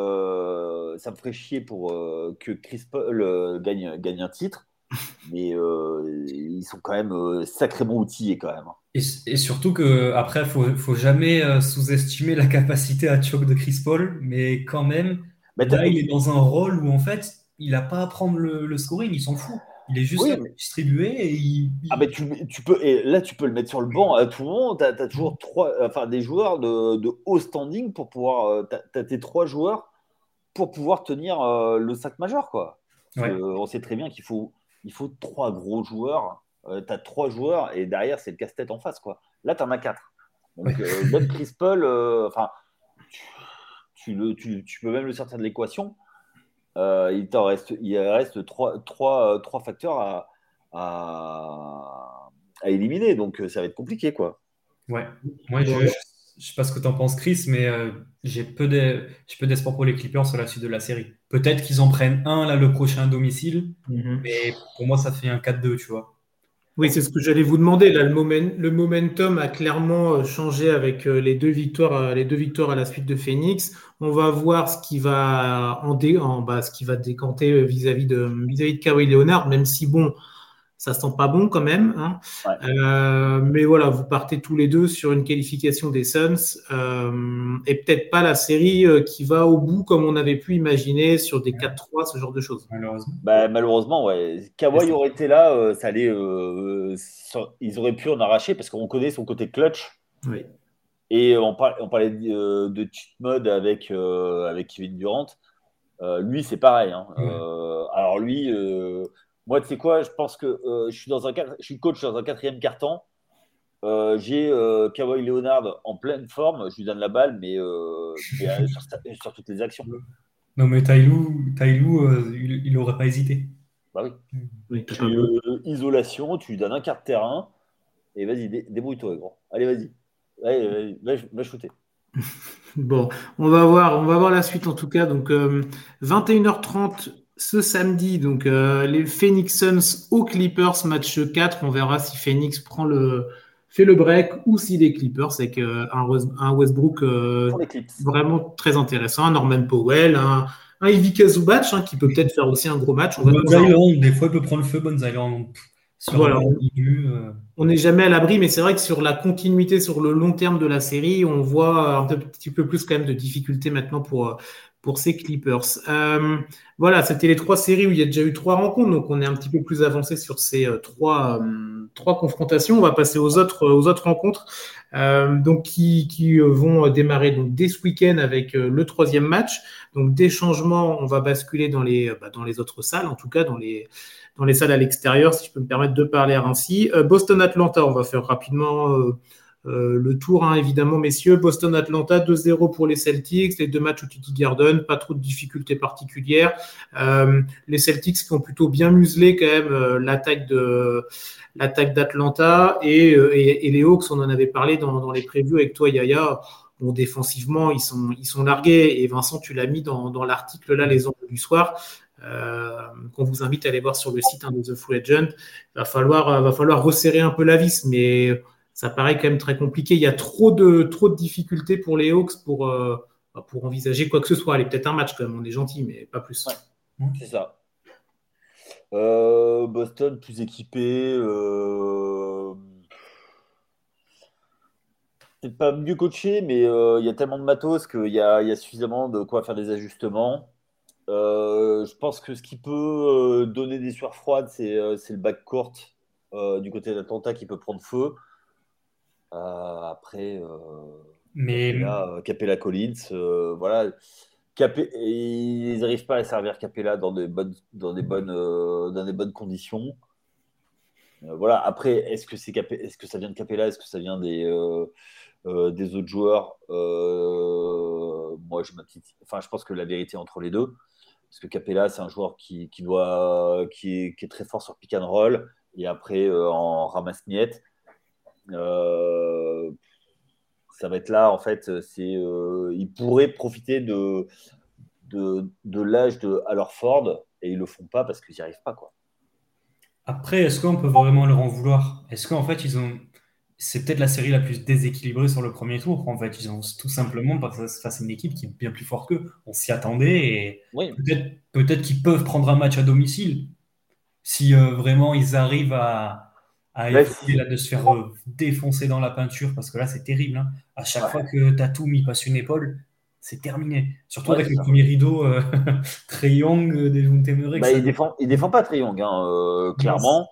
euh, ça me ferait chier pour euh, que Chris Paul euh, gagne, gagne un titre, mais euh, ils sont quand même euh, sacrément outillés quand même, hein. Et, et surtout que après, faut, faut jamais euh, sous-estimer la capacité à choke de Chris Paul, mais quand même, Bah, t'as- là, il est dans un rôle où en fait, il n'a pas à prendre le, le scoring, il s'en fout. Il est juste là oui, pour distribuer et il, ah il- ben tu, tu peux, et là, tu peux le mettre sur le banc à tout le monde. Tu as, toujours trois, enfin, des joueurs de, de haut standing pour pouvoir. euh, T'as, t'as tes trois joueurs pour pouvoir tenir euh, le sac majeur, quoi. Parce ouais, qu'on sait très bien qu'il faut, il faut trois gros joueurs. Euh, tu as trois joueurs et derrière, c'est le casse-tête en face, quoi. Là, tu en as quatre. ouais, Donc, euh, même Chris Paul, euh, enfin, tu, tu le, tu, tu peux même le sortir de l'équation. Euh, il t'en reste, il reste trois, trois, trois facteurs à, à, à éliminer. Donc, euh, ça va être compliqué, quoi. ouais. Moi, je, Bon, je, je sais pas ce que tu en penses, Chris, mais euh, j'ai peu de, j'ai peu d'espoir pour les Clippers sur la suite de la série. Peut-être qu'ils en prennent un là le prochain à domicile, mhm. mais pour moi, ça fait un quatre deux, tu vois. Oui, c'est ce que j'allais vous demander. Là, le moment- le momentum a clairement euh, changé avec euh, les deux victoires, euh, les deux victoires à la suite de Phoenix. On va voir ce qui va en dé, en, bah, ce qui va décanter euh, vis-à-vis de vis-à-vis de Kawhi Leonard, même si bon, ça sent pas bon quand même, hein. Ouais. Euh, mais voilà, vous partez tous les deux sur une qualification des Suns euh, et peut-être pas la série euh, qui va au bout comme on avait pu imaginer sur des quatre trois, ce genre de choses. Malheureusement. Bah, malheureusement, ouais. C'est Kawhi ça. aurait été là, euh, ça allait, euh, ça- ils auraient pu en arracher parce qu'on connaît son côté clutch. Oui. Et on, par- on parlait de, euh, de cheat mode avec, euh, avec Kevin Durant. Euh, lui, c'est pareil, hein. Ouais. Euh, alors lui, euh, moi, tu sais quoi, je pense que euh, je suis dans un, quart- je suis coach dans un quatrième quart-temps. Euh, j'ai euh, Kawhi Leonard en pleine forme, je lui donne la balle, mais, euh, mais euh, sur, sa- sur toutes les actions. Non, mais Tailou, Tailou, euh, il, il aurait pas hésité. Bah oui. Oui, t'as pas Tu, besoin. euh, isolation, tu lui donnes un quart de terrain, et vas-y, dé- débrouille-toi, gros. Allez, vas-y. Allez, vas-y, va, va shooter. Bon, on va voir, on va voir la suite en tout cas. Donc, euh, vingt et une heures trente ce samedi, donc euh, les Phoenix Suns aux Clippers, match quatre. On verra si Phoenix prend le, fait le break ou si les Clippers, c'est qu'un un Westbrook euh, Pour les clips. vraiment très intéressant, un Norman Powell, un, un Ivica Zubac hein, qui peut peut-être faire aussi un gros match. On va, Bones on va- Island, des fois, il peut prendre le feu, Bones Island. Pff, Sur un voilà, match début, euh, on n'est jamais à l'abri, mais c'est vrai que sur la continuité, sur le long terme de la série, on voit un peu- petit peu plus quand même de difficultés maintenant pour, euh, pour ces Clippers. Euh, voilà, c'était les trois séries où il y a déjà eu trois rencontres, donc on est un petit peu plus avancé sur ces euh, trois, euh, trois confrontations. On va passer aux autres, aux autres rencontres, euh, donc qui, qui euh, vont démarrer donc dès ce week-end avec euh, le troisième match. Donc des changements, on va basculer dans les, bah, dans les autres salles, en tout cas dans les dans les salles à l'extérieur, si je peux me permettre de parler ainsi. Euh, Boston-Atlanta, on va faire rapidement. Euh, Euh, le tour, hein, évidemment, messieurs. Boston-Atlanta, deux zéro pour les Celtics. Les deux matchs au T T Garden, pas trop de difficultés particulières. Euh, les Celtics qui ont plutôt bien muselé quand même euh, l'attaque de l'attaque d'Atlanta et, euh, et, et les Hawks, on en avait parlé dans, dans les previews avec toi, Yaya. Bon, défensivement, ils sont, ils sont largués. Et Vincent, tu l'as mis dans, dans l'article là, les enjeux du soir. Euh, qu'on vous invite à aller voir sur le site hein, de The Full Agent. Il va falloir, va falloir resserrer un peu la vis, mais ça paraît quand même très compliqué. Il y a trop de, trop de difficultés pour les Hawks pour, euh, pour envisager quoi que ce soit. Allez, peut-être un match quand même, on est gentil, mais pas plus. Ouais, c'est ça. Euh, Boston plus équipé. Euh... Peut-être pas mieux coaché, mais euh, il y a tellement de matos qu'il y a, il y a suffisamment de quoi faire des ajustements. Euh, je pense que ce qui peut euh, donner des sueurs froides, c'est, euh, c'est le backcourt euh, du côté d'Atlanta qui peut prendre feu. Euh, après, euh, Mais Capella, euh, Capella Collins, euh, voilà. Capé- ils n'arrivent pas à servir Capella dans des bonnes, dans des bonnes, euh, dans des bonnes conditions. Euh, voilà. Après, est-ce que, c'est Capé- est-ce que ça vient de Capella? Est-ce que ça vient des, euh, euh, des autres joueurs? Euh, Moi, je, ma petite... enfin, je pense que la vérité est entre les deux. Parce que Capella, c'est un joueur qui, qui, doit, qui, est, qui est très fort sur pick and roll et après euh, en ramasse-miettes. Euh, ça va être là, en fait, c'est, euh, ils pourraient profiter de, de, de l'âge de Al Ford et ils le font pas parce qu'ils n'y arrivent pas, quoi. après, est-ce qu'on peut vraiment leur en vouloir? Est-ce qu'en fait, ils ont. C'est peut-être la série la plus déséquilibrée sur le premier tour. En fait, ils ont tout simplement parce face à une équipe qui est bien plus forte qu'eux. On s'y attendait et Oui, peut-être peut-être qu'ils peuvent prendre un match à domicile si euh, vraiment ils arrivent à, à mais éviter là, de se faire euh, défoncer dans la peinture parce que là, c'est terrible. Hein. À chaque fois ouais, que Tatum y passe une épaule, c'est terminé. Surtout ouais, avec c'est le ça. premier rideau euh, Trae Young, euh, des Montemerek, que Bah, ça. il défend, il défend pas Trae Young, hein, euh, clairement.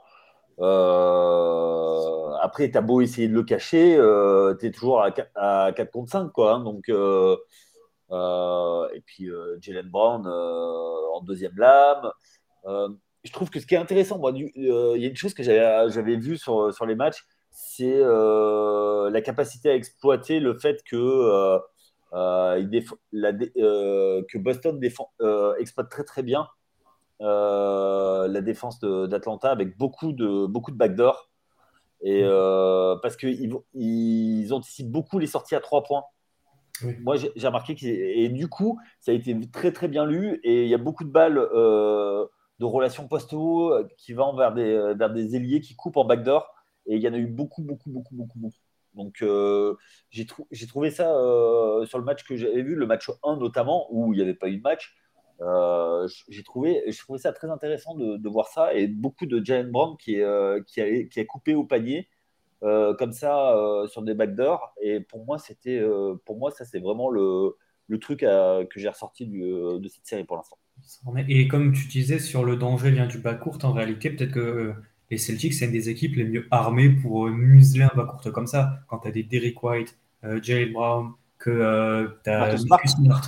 Euh, après, t'as beau essayer de le cacher, euh, t'es toujours à quatre, à quatre contre cinq, quoi. Hein, donc, euh, euh, et puis euh, Jaylen Brown euh, en deuxième lame. Euh, je trouve que ce qui est intéressant, moi, du- euh, il y a une chose que j'avais, j'avais vue sur, sur les matchs, c'est euh, la capacité à exploiter le fait que, euh, euh, il déf- la dé- euh, que Boston défend, euh, exploite très très bien euh, la défense de- d'Atlanta avec beaucoup de, beaucoup de backdoor. Et, euh, parce qu'ils ils anticipent beaucoup les sorties à trois points. Oui. Moi, j'ai j'ai remarqué que et du coup, ça a été très très bien lu et il y a beaucoup de balles euh, de relations post-haut euh, qui vont vers des, vers des ailiers qui coupent en backdoor et il y en a eu beaucoup beaucoup beaucoup beaucoup beaucoup. Donc euh, j'ai trou- j'ai trouvé ça euh, sur le match que j'avais vu, le match un notamment où il n'y avait pas eu de match. Euh, j'ai trouvé j'ai trouvé ça très intéressant de, de voir ça et beaucoup de Jalen Brown qui est, euh, qui a, qui a coupé au panier euh, comme ça euh, sur des backdoors. Et pour moi, c'était, euh, pour moi, ça c'est vraiment le, le truc à- que j'ai ressorti du, euh, de cette série pour l'instant. Et comme tu disais, sur le danger vient du bas court, en réalité, peut-être que euh, les Celtics, c'est une des équipes les mieux armées pour euh, museler un bas court comme ça. Quand tu as des Derrick White, euh, Jalen Brown, que tu as Marcus Smart. Marcus Smart.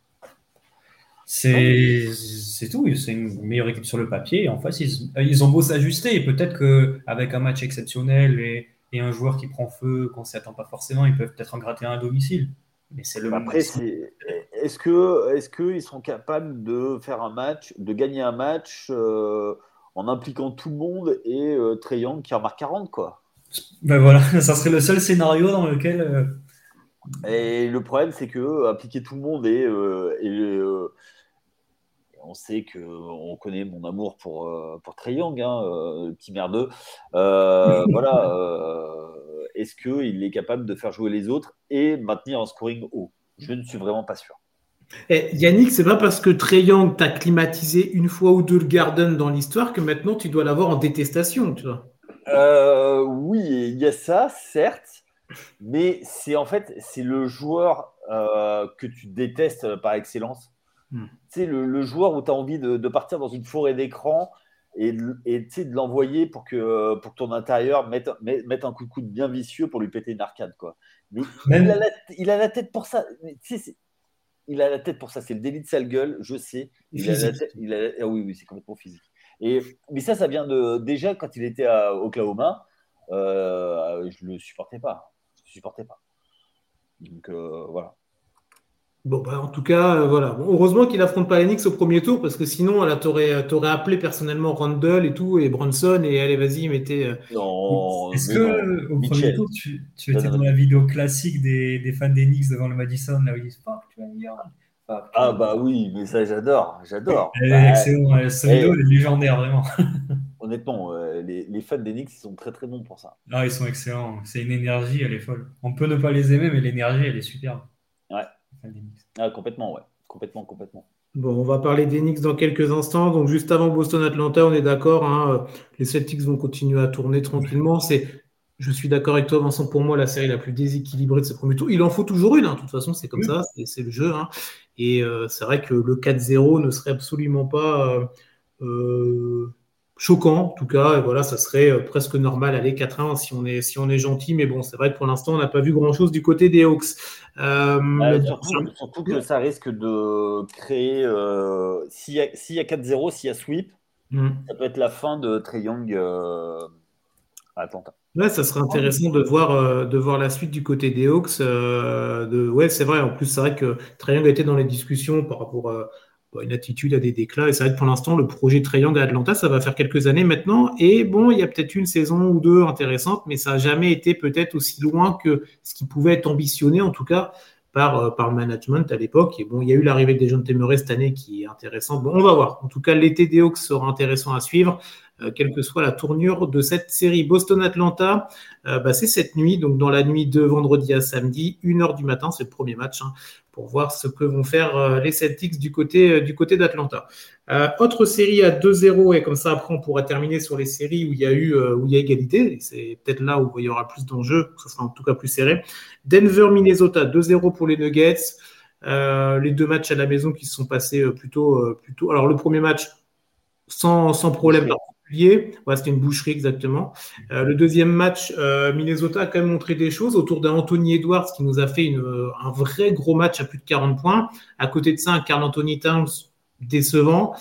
Oui. C'est c'est tout, c'est une meilleure équipe sur le papier. Et en face, ils, ils ont beau s'ajuster. Et peut-être qu'avec un match exceptionnel et, et un joueur qui prend feu, qu'on ne s'y attend pas forcément, ils peuvent peut-être en gratter un à domicile. Mais c'est le Bah après, maximum. c'est, est-ce que, est-ce qu'ils sont capables de faire un match, de gagner un match euh, en impliquant tout le monde et euh, Trae Young qui en marque quarante, quoi. Ben voilà, ça serait le seul scénario dans lequel. euh, Et le problème, c'est que euh, impliquer tout le monde et, euh, et euh, on sait que on connaît mon amour pour, euh, pour Trae Young, hein, euh, le petit merdeux. Euh, voilà. Euh, est-ce qu'il est capable de faire jouer les autres et maintenir un scoring haut? Je ne suis vraiment pas sûr. Eh, Yannick, c'est pas parce que Trae Young t'a climatisé une fois ou deux le Garden dans l'histoire que maintenant tu dois l'avoir en détestation, tu vois. Euh, oui, il y a ça, certes, mais c'est en fait c'est le joueur euh, que tu détestes euh, par excellence. Hmm. C'est le, le joueur où tu as envie de, de partir dans une forêt d'écran et, de- et de l'envoyer pour que, pour que ton intérieur mette, mette, mette un coup de coude bien vicieux pour lui péter une arcade, quoi. Mais il a Même, la, il a la tête pour ça. Mais, tu sais, c'est- il a la tête pour ça. C'est le délit de sale gueule, je sais. Il a la physique. tête. Il a, ah oui, oui, c'est complètement physique. Et, mais ça, ça vient de. Déjà, quand il était à Oklahoma, euh, je le supportais pas. Je supportait pas. Donc euh, voilà. Bon, bah, en tout cas, euh, voilà. Bon, heureusement qu'il affronte pas les Knicks au premier tour, parce que sinon, là, t'aurais, t'aurais appelé personnellement Randle et tout, et Brunson, et allez, vas-y, mettez. euh, Non, Est-ce mais non. que au premier Mitchell, tour, tu, tu étais Donovan dans la Mitchell. vidéo classique des, des fans des Knicks devant le Madison, là où ils disent Fuck Trae Young, fuck Trae Ah Young. bah oui, mais ça j'adore, j'adore. Elle est Bah, excellent, euh, cette vidéo eh, elle est légendaire, vraiment. honnêtement, euh, les, les fans des Knicks, ils sont très très bons pour ça. Ah, ils sont excellents. C'est une énergie, elle est folle. On peut ne pas les aimer, mais l'énergie, elle est superbe. Ouais, Les fans des Knicks. ah, complètement, ouais. Complètement, complètement. Bon, on va parler des Knicks dans quelques instants. Donc, juste avant Boston-Atlanta, on est d'accord, hein, euh, les Celtics vont continuer à tourner tranquillement. C'est, je suis d'accord avec toi, Vincent. Pour moi, la série la plus déséquilibrée de ce premier tour. Il en faut toujours une, hein. De toute façon, c'est comme Oui. ça, c'est c'est le jeu, hein. Et euh, c'est vrai que le quatre zéro ne serait absolument pas euh, euh, choquant, en tout cas. Et voilà, ça serait euh, presque normal. Aller quatre un si on est, si on est gentil. Mais bon, c'est vrai que pour l'instant, on n'a pas vu grand-chose du côté des Hawks. Euh, Bah, mais bon, surtout, surtout que ça risque de créer, euh, s'il y a, s'il y a quatre zéro, s'il y a sweep, Hmm. ça peut être la fin de Trae Young euh, à Atlanta. Ouais, ça serait intéressant de voir, euh, de voir la suite du côté des Hawks. Euh, de, ouais, c'est vrai. En plus, c'est vrai que Trae Young a été dans les discussions par rapport à, à une attitude, à des déclats. Et c'est vrai que pour l'instant, le projet Trae Young à Atlanta, ça va faire quelques années maintenant. Et bon, il y a peut-être une saison ou deux intéressantes, mais ça n'a jamais été peut-être aussi loin que ce qui pouvait être ambitionné, en tout cas, par, euh, par le management à l'époque. Et bon, il y a eu l'arrivée des jeunes Murray cette année qui est intéressante. Bon, on va voir. En tout cas, l'été des Hawks sera intéressant à suivre euh, quelle que soit la tournure de cette série. Boston-Atlanta, euh, bah, c'est cette nuit, donc dans la nuit de vendredi à samedi, une heure du matin, c'est le premier match, hein, pour voir ce que vont faire euh, les Celtics du côté, euh, du côté d'Atlanta. Euh, autre série à deux zéro, et comme ça après on pourra terminer sur les séries où il y a eu euh, où il y a égalité, c'est peut-être là où il y aura plus d'enjeux, ce sera en tout cas plus serré. Denver-Minnesota, deux zéro pour les Nuggets. Euh, les deux matchs à la maison qui se sont passés euh, plutôt, euh, plutôt. Alors le premier match, sans, sans problème Boucherie. particulier. Ouais, c'était une boucherie exactement. Euh, le deuxième match, euh, Minnesota a quand même montré des choses autour d'un Anthony Edwards qui nous a fait une, un vrai gros match à plus de quarante points. À côté de ça, un Karl Anthony Towns décevant.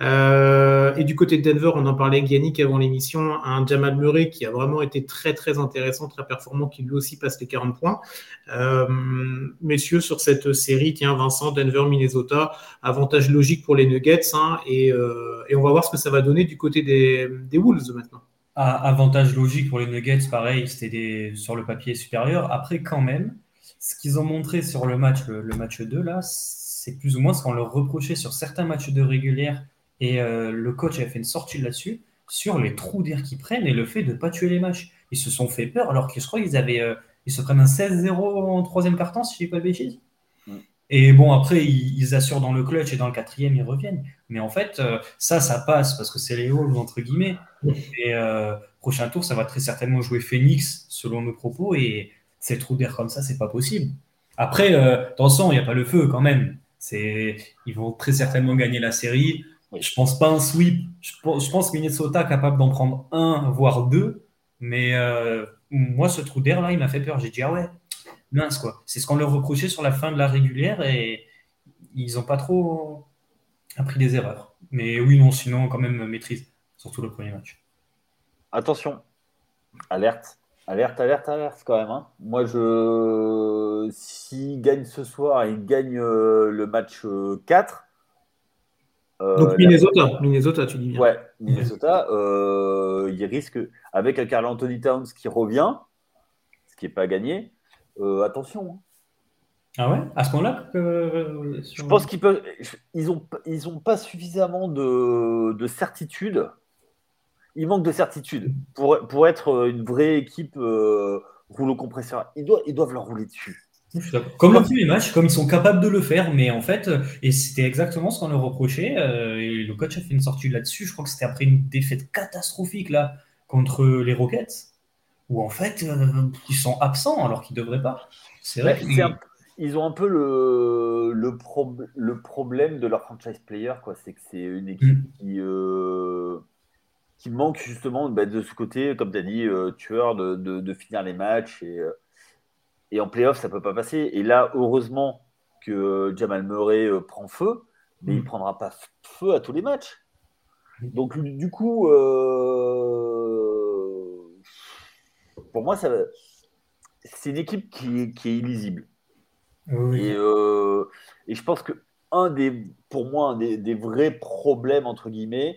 Euh, et du côté de Denver, on en parlait avec Yannick avant l'émission, un Jamal Murray qui a vraiment été très très intéressant, très performant, qui lui aussi passe les quarante points. Euh, messieurs, sur cette série, tiens, Vincent, Denver, Minnesota, avantage logique pour les Nuggets, hein, et, euh, et on va voir ce que ça va donner du côté des, des Wolves maintenant. Ah, avantage logique pour les Nuggets, pareil, c'était des, sur le papier supérieur. Après, quand même, ce qu'ils ont montré sur le match, le, le match deux, là, c'est plus ou moins ce qu'on leur reprochait sur certains matchs de régulière. Et euh, le coach avait fait une sortie là-dessus, sur les trous d'air qu'ils prennent et le fait de ne pas tuer les matchs. Ils se sont fait peur, alors que je crois qu'ils avaient, euh, ils se prennent un seize zéro en troisième quart-temps, si je ne dis pas de bêtises. Mm. Et bon, après, ils, ils assurent dans le clutch et dans le quatrième, ils reviennent. Mais en fait, euh, ça, ça passe parce que c'est les Hawks, entre guillemets. Et euh, prochain tour, ça va très certainement jouer Phoenix, selon nos propos. Et ces trous d'air comme ça, c'est pas possible. Après, euh, attention, il n'y a pas le feu quand même. C'est, ils vont très certainement gagner la série. Oui. Je pense pas un sweep. Je pense, je pense Minnesota capable d'en prendre un, voire deux. Mais euh, moi, ce trou d'air là, il m'a fait peur. J'ai dit, ah ouais, mince quoi. C'est ce qu'on leur reprochait sur la fin de la régulière et ils n'ont pas trop appris des erreurs. Mais oui, non, sinon, quand même, maîtrise. Surtout le premier match. Attention, alerte, alerte, alerte, alerte quand même. Hein. Moi, je, s'il gagne ce soir et il gagne euh, le match euh, quatre, Donc euh, la- Minnesota, Minnesota, tu dis bien. ouais, Minnesota, euh, il risque, avec un Karl Anthony Towns qui revient, ce qui n'est pas gagné, euh, attention. Hein. Ah ouais? À ce moment-là que... Je sur- pense qu'ils peuvent, ils ont, ils ont pas suffisamment de, de certitude. Il manque de certitude pour, pour être une vraie équipe euh, rouleau compresseur. Ils doivent, ils doivent leur rouler dessus. Je suis d'accord. Comme le premier match, comme ils sont capables de le faire, mais en fait, euh, et c'était exactement ce qu'on leur reprochait, euh, et le coach a fait une sortie là-dessus, je crois que c'était après une défaite catastrophique là, contre les Rockets, où en fait, euh, ils sont absents alors qu'ils ne devraient pas. C'est vrai Ben, que... c'est un- ils ont un peu le, le, prob- le problème de leur franchise player, quoi. C'est que c'est une équipe Mm. qui, euh, qui manque justement ben, de ce côté, comme tu as dit, euh, tueur, de, de, de finir les matchs. Et, euh, et en playoff, ça ne peut pas passer. Et là, heureusement que euh, Jamal Murray euh, prend feu, mais il ne Mm. prendra pas f- feu à tous les matchs. Donc, du coup, euh, pour moi, ça, c'est une équipe qui, qui est illisible. Oui. Et, euh, et je pense que un des, pour moi, un des, des vrais problèmes, entre guillemets,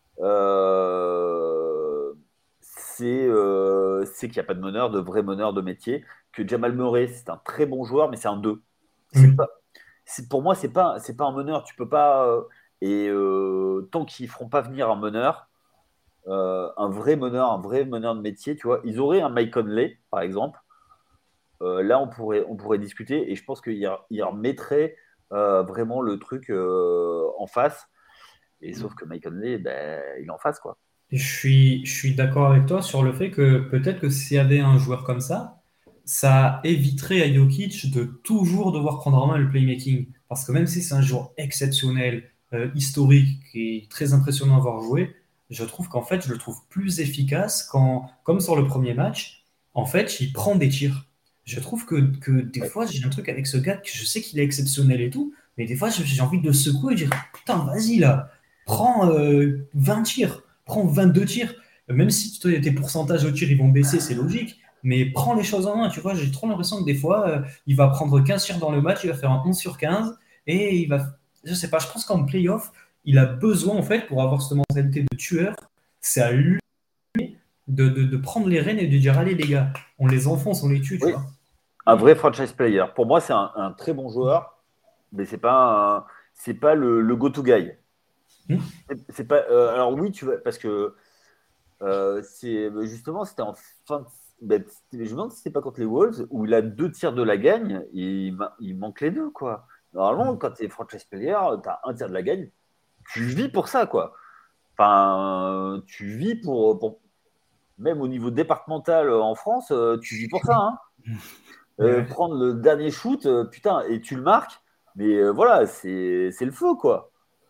euh, c'est euh, c'est qu'il n'y a pas de meneur, de vrai meneur de métier. Que Jamal Murray, c'est un très bon joueur, mais c'est un deux. C'est Oui. pas, c'est, pour moi, c'est pas, c'est pas un meneur. Tu peux pas. euh, et euh, tant qu'ils feront pas venir un meneur, euh, un vrai meneur, un vrai meneur de métier, tu vois, ils auraient un Mike Conley, par exemple. Euh, là, on pourrait, on pourrait discuter et je pense qu'il il remettrait euh, vraiment le truc euh, en face. Et sauf que Mike Conley, ben, il est en face, quoi. Je suis, je suis d'accord avec toi sur le fait que peut-être que s'il y avait un joueur comme ça, ça éviterait à Jokic de toujours devoir prendre en main le playmaking. Parce que même si c'est un joueur exceptionnel, euh, historique et très impressionnant à voir jouer, je trouve qu'en fait, je le trouve plus efficace quand, comme sur le premier match, en fait, il prend des tirs. Je trouve que, que des Ouais. fois, j'ai un truc avec ce gars que je sais qu'il est exceptionnel et tout, mais des fois, j'ai envie de le secouer et de dire, putain, vas-y là, prends euh, vingt tirs, prends vingt-deux tirs. Même si toi, tes pourcentages au tir ils vont baisser, c'est logique, mais prends les choses en main. Tu vois, j'ai trop l'impression que des fois, euh, il va prendre quinze tirs dans le match, il va faire un onze sur quinze, et il va. Je sais pas, je pense qu'en playoff, il a besoin, en fait, pour avoir cette mentalité de tueur, c'est à lui de, de, de prendre les rênes et de dire allez, les gars, on les enfonce, on les tue, tu Oui, vois. un vrai franchise player. Pour moi, c'est un, un très bon joueur, mais c'est pas un- c'est pas le, le go-to guy. Hmm. C'est c'est pas. Euh, alors oui, tu vois, parce que euh, c'est justement, c'était en fin. De, ben, c'était- je me demande si c'était pas contre les Wolves où il a deux tirs de la gagne, et il, ma- il manque les deux, quoi. Normalement, quand tu es franchise player, tu as un tir de la gagne, tu vis pour ça, quoi. Enfin, tu vis pour, pour- même au niveau départemental euh, en France, euh, tu vis pour ça, hein. Euh, Ouais. prendre le dernier shoot, euh, putain, et tu le marques, mais euh, voilà, c'est c'est le feu, quoi.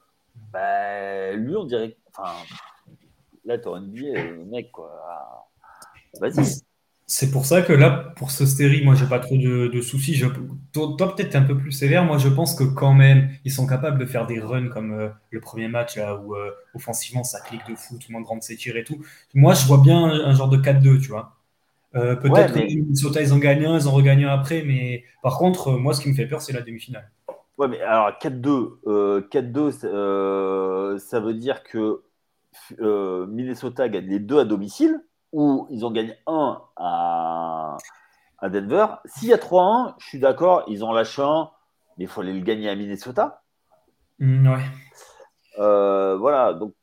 Bah, lui, on dirait. Enfin, là, t'aurais N B A, euh, mec, quoi. Ah, vas-y. C'est pour ça que là, pour ce stéri, moi, j'ai pas trop de, de soucis. Je, toi, toi, peut-être, t'es un peu plus sévère. Moi, je pense que quand même, ils sont capables de faire des runs comme euh, le premier match, là, où euh, offensivement, ça clique de fou, tout le monde rentre ses tirs et tout. Moi, je vois bien un, un genre de quatre deux, tu vois. Euh, Ouais, peut-être que mais, les Minnesota, ils en gagnent un, ils en regagnent un après, mais par contre, euh, moi, ce qui me fait peur, c'est la demi-finale. ouais, mais alors, quatre deux, euh, quatre deux, euh, ça veut dire que euh, Minnesota gagne les deux à domicile, ou ils en gagnent un à, à Denver. S'il y a trois un, je suis d'accord, ils en lâchent un, mais il faut aller le gagner à Minnesota. Hmm, ouais. Euh, voilà, donc,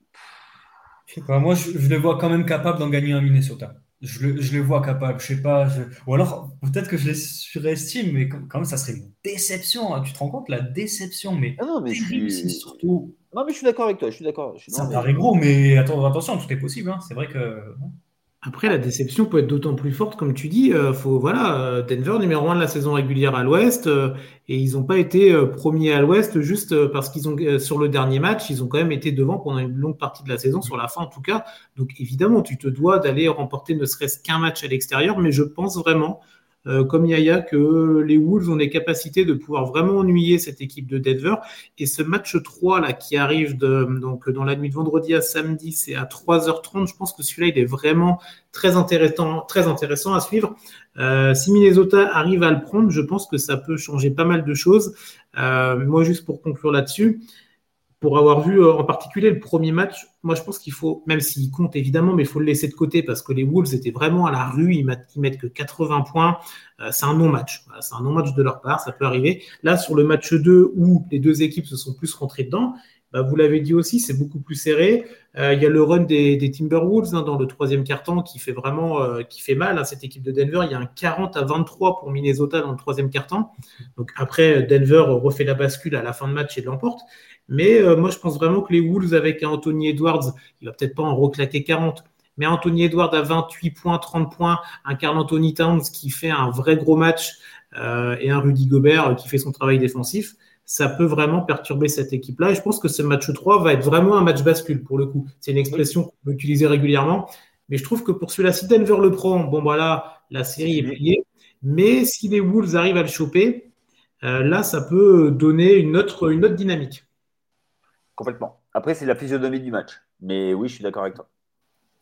Je sais pas, moi, je, je les vois quand même capables d'en gagner un Minnesota. Je, le- je les vois capables, je sais pas. je- Ou alors, peut-être que je les surestime, mais quand quand même, ça serait une déception, hein. Tu te rends compte, la déception, mais ah non, mais je terrible, si suis. surtout. Non, mais je suis d'accord avec toi, je suis d'accord. Je suis... Ça Non, mais paraît gros, mais attends, attention, tout est possible, hein. C'est vrai que. Après, la déception peut être d'autant plus forte, comme tu dis. Euh, faut, voilà, euh, Denver, numéro un de la saison régulière à l'Ouest, euh, et ils n'ont pas été euh, premiers à l'Ouest juste euh, parce qu'ils ont, euh, sur le dernier match, ils ont quand même été devant pendant une longue partie de la saison, sur la fin en tout cas. Donc évidemment, tu te dois d'aller remporter ne serait-ce qu'un match à l'extérieur, mais je pense vraiment, euh, comme Yaya, que les Wolves ont les capacités de pouvoir vraiment ennuyer cette équipe de Denver. Et ce match trois là, qui arrive de, donc, dans la nuit de vendredi à samedi, c'est à trois heures trente. Je pense que celui-là, il est vraiment très intéressant, très intéressant à suivre. Euh, si Minnesota arrive à le prendre, je pense que ça peut changer pas mal de choses. Euh, moi, juste pour conclure là-dessus, pour avoir vu euh, en particulier le premier match, moi je pense qu'il faut, même s'il compte évidemment, mais il faut le laisser de côté parce que les Wolves étaient vraiment à la rue, ils mettent, ils mettent que quatre-vingts points, euh, c'est un non-match, voilà, c'est un non-match de leur part, ça peut arriver. Là, sur le match deux où les deux équipes se sont plus rentrées dedans, bah, vous l'avez dit aussi, c'est beaucoup plus serré. Euh, il y a le run des, des Timberwolves hein, dans le troisième quart-temps qui fait vraiment euh, qui fait mal à hein, cette équipe de Denver. Il y a un quarante à vingt-trois pour Minnesota dans le troisième quart-temps. Donc après, Denver refait la bascule à la fin de match et l'emporte. Mais euh, moi, je pense vraiment que les Wolves avec un Anthony Edwards, il va peut-être pas en reclaquer quarante, mais Anthony Edwards à vingt-huit points, trente points, un Karl Anthony Towns qui fait un vrai gros match euh, et un Rudy Gobert qui fait son travail défensif, ça peut vraiment perturber cette équipe-là. Et je pense que ce match trois va être vraiment un match bascule pour le coup. C'est une oui, expression qu'on peut utiliser régulièrement. Mais je trouve que pour celui-là, si Denver le prend, bon voilà, la c'est série est fini. pliée. Mais si les Wolves arrivent à le choper, euh, là, ça peut donner une autre, une autre dynamique. Complètement. Après, c'est la physionomie du match. Mais oui, je suis d'accord avec toi.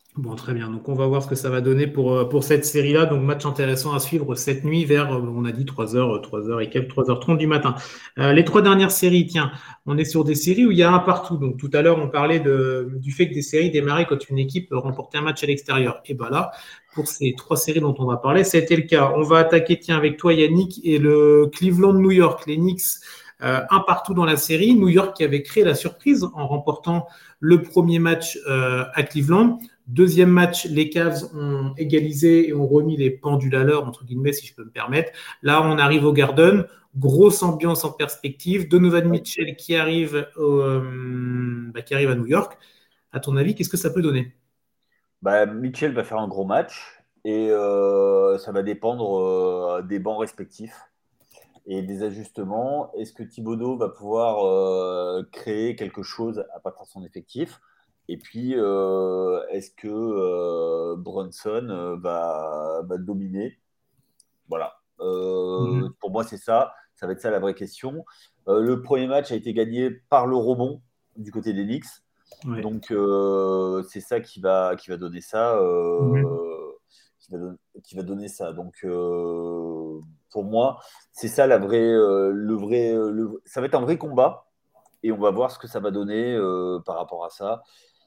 Bon, très bien. Donc, on va voir ce que ça va donner pour, euh, pour cette série-là. Donc, match intéressant à suivre cette nuit vers, euh, on a dit trois heures, trois heures et quelques, trois heures trente du matin. Euh, les trois dernières séries, tiens, on est sur des séries où il y a un partout. Donc, tout à l'heure, on parlait de, du fait que des séries démarraient quand une équipe remportait un match à l'extérieur. Et ben là, pour ces trois séries dont on va parler, ça a été le cas. On va attaquer, tiens, avec toi, Yannick, et le Cleveland-New York. Les Knicks, euh, un partout dans la série. New York qui avait créé la surprise en remportant le premier match euh, à Cleveland. Deuxième match, les Cavs ont égalisé et ont remis les pendules à l'heure, entre guillemets, si je peux me permettre. Là, on arrive au Garden. Grosse ambiance en perspective. Donovan Mitchell qui arrive, au, euh, bah, qui arrive à New York. À ton avis, qu'est-ce que ça peut donner? Bah, Mitchell va faire un gros match et euh, ça va dépendre euh, des bancs respectifs et des ajustements. Est-ce que Thibodeau va pouvoir euh, créer quelque chose à partir de son effectif? Et puis, euh, est-ce que euh, Brunson euh, va, va dominer? Voilà. Euh, Mhm. pour moi, c'est ça. Ça va être ça la vraie question. Euh, le premier match a été gagné par le rebond du côté des Knicks. Ouais. Donc, euh, c'est ça qui va, qui va donner ça. Mhm. euh, qui, va don- qui va donner ça. Donc, euh, pour moi, c'est ça la vraie, euh, le vrai. euh, le- ça va être un vrai combat. Et on va voir ce que ça va donner euh, par rapport à ça.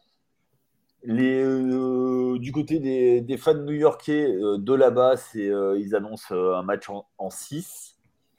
Les, euh, du côté des, des fans new-yorkais, euh, de là-bas, c'est, euh, ils annoncent euh, un match en, en six.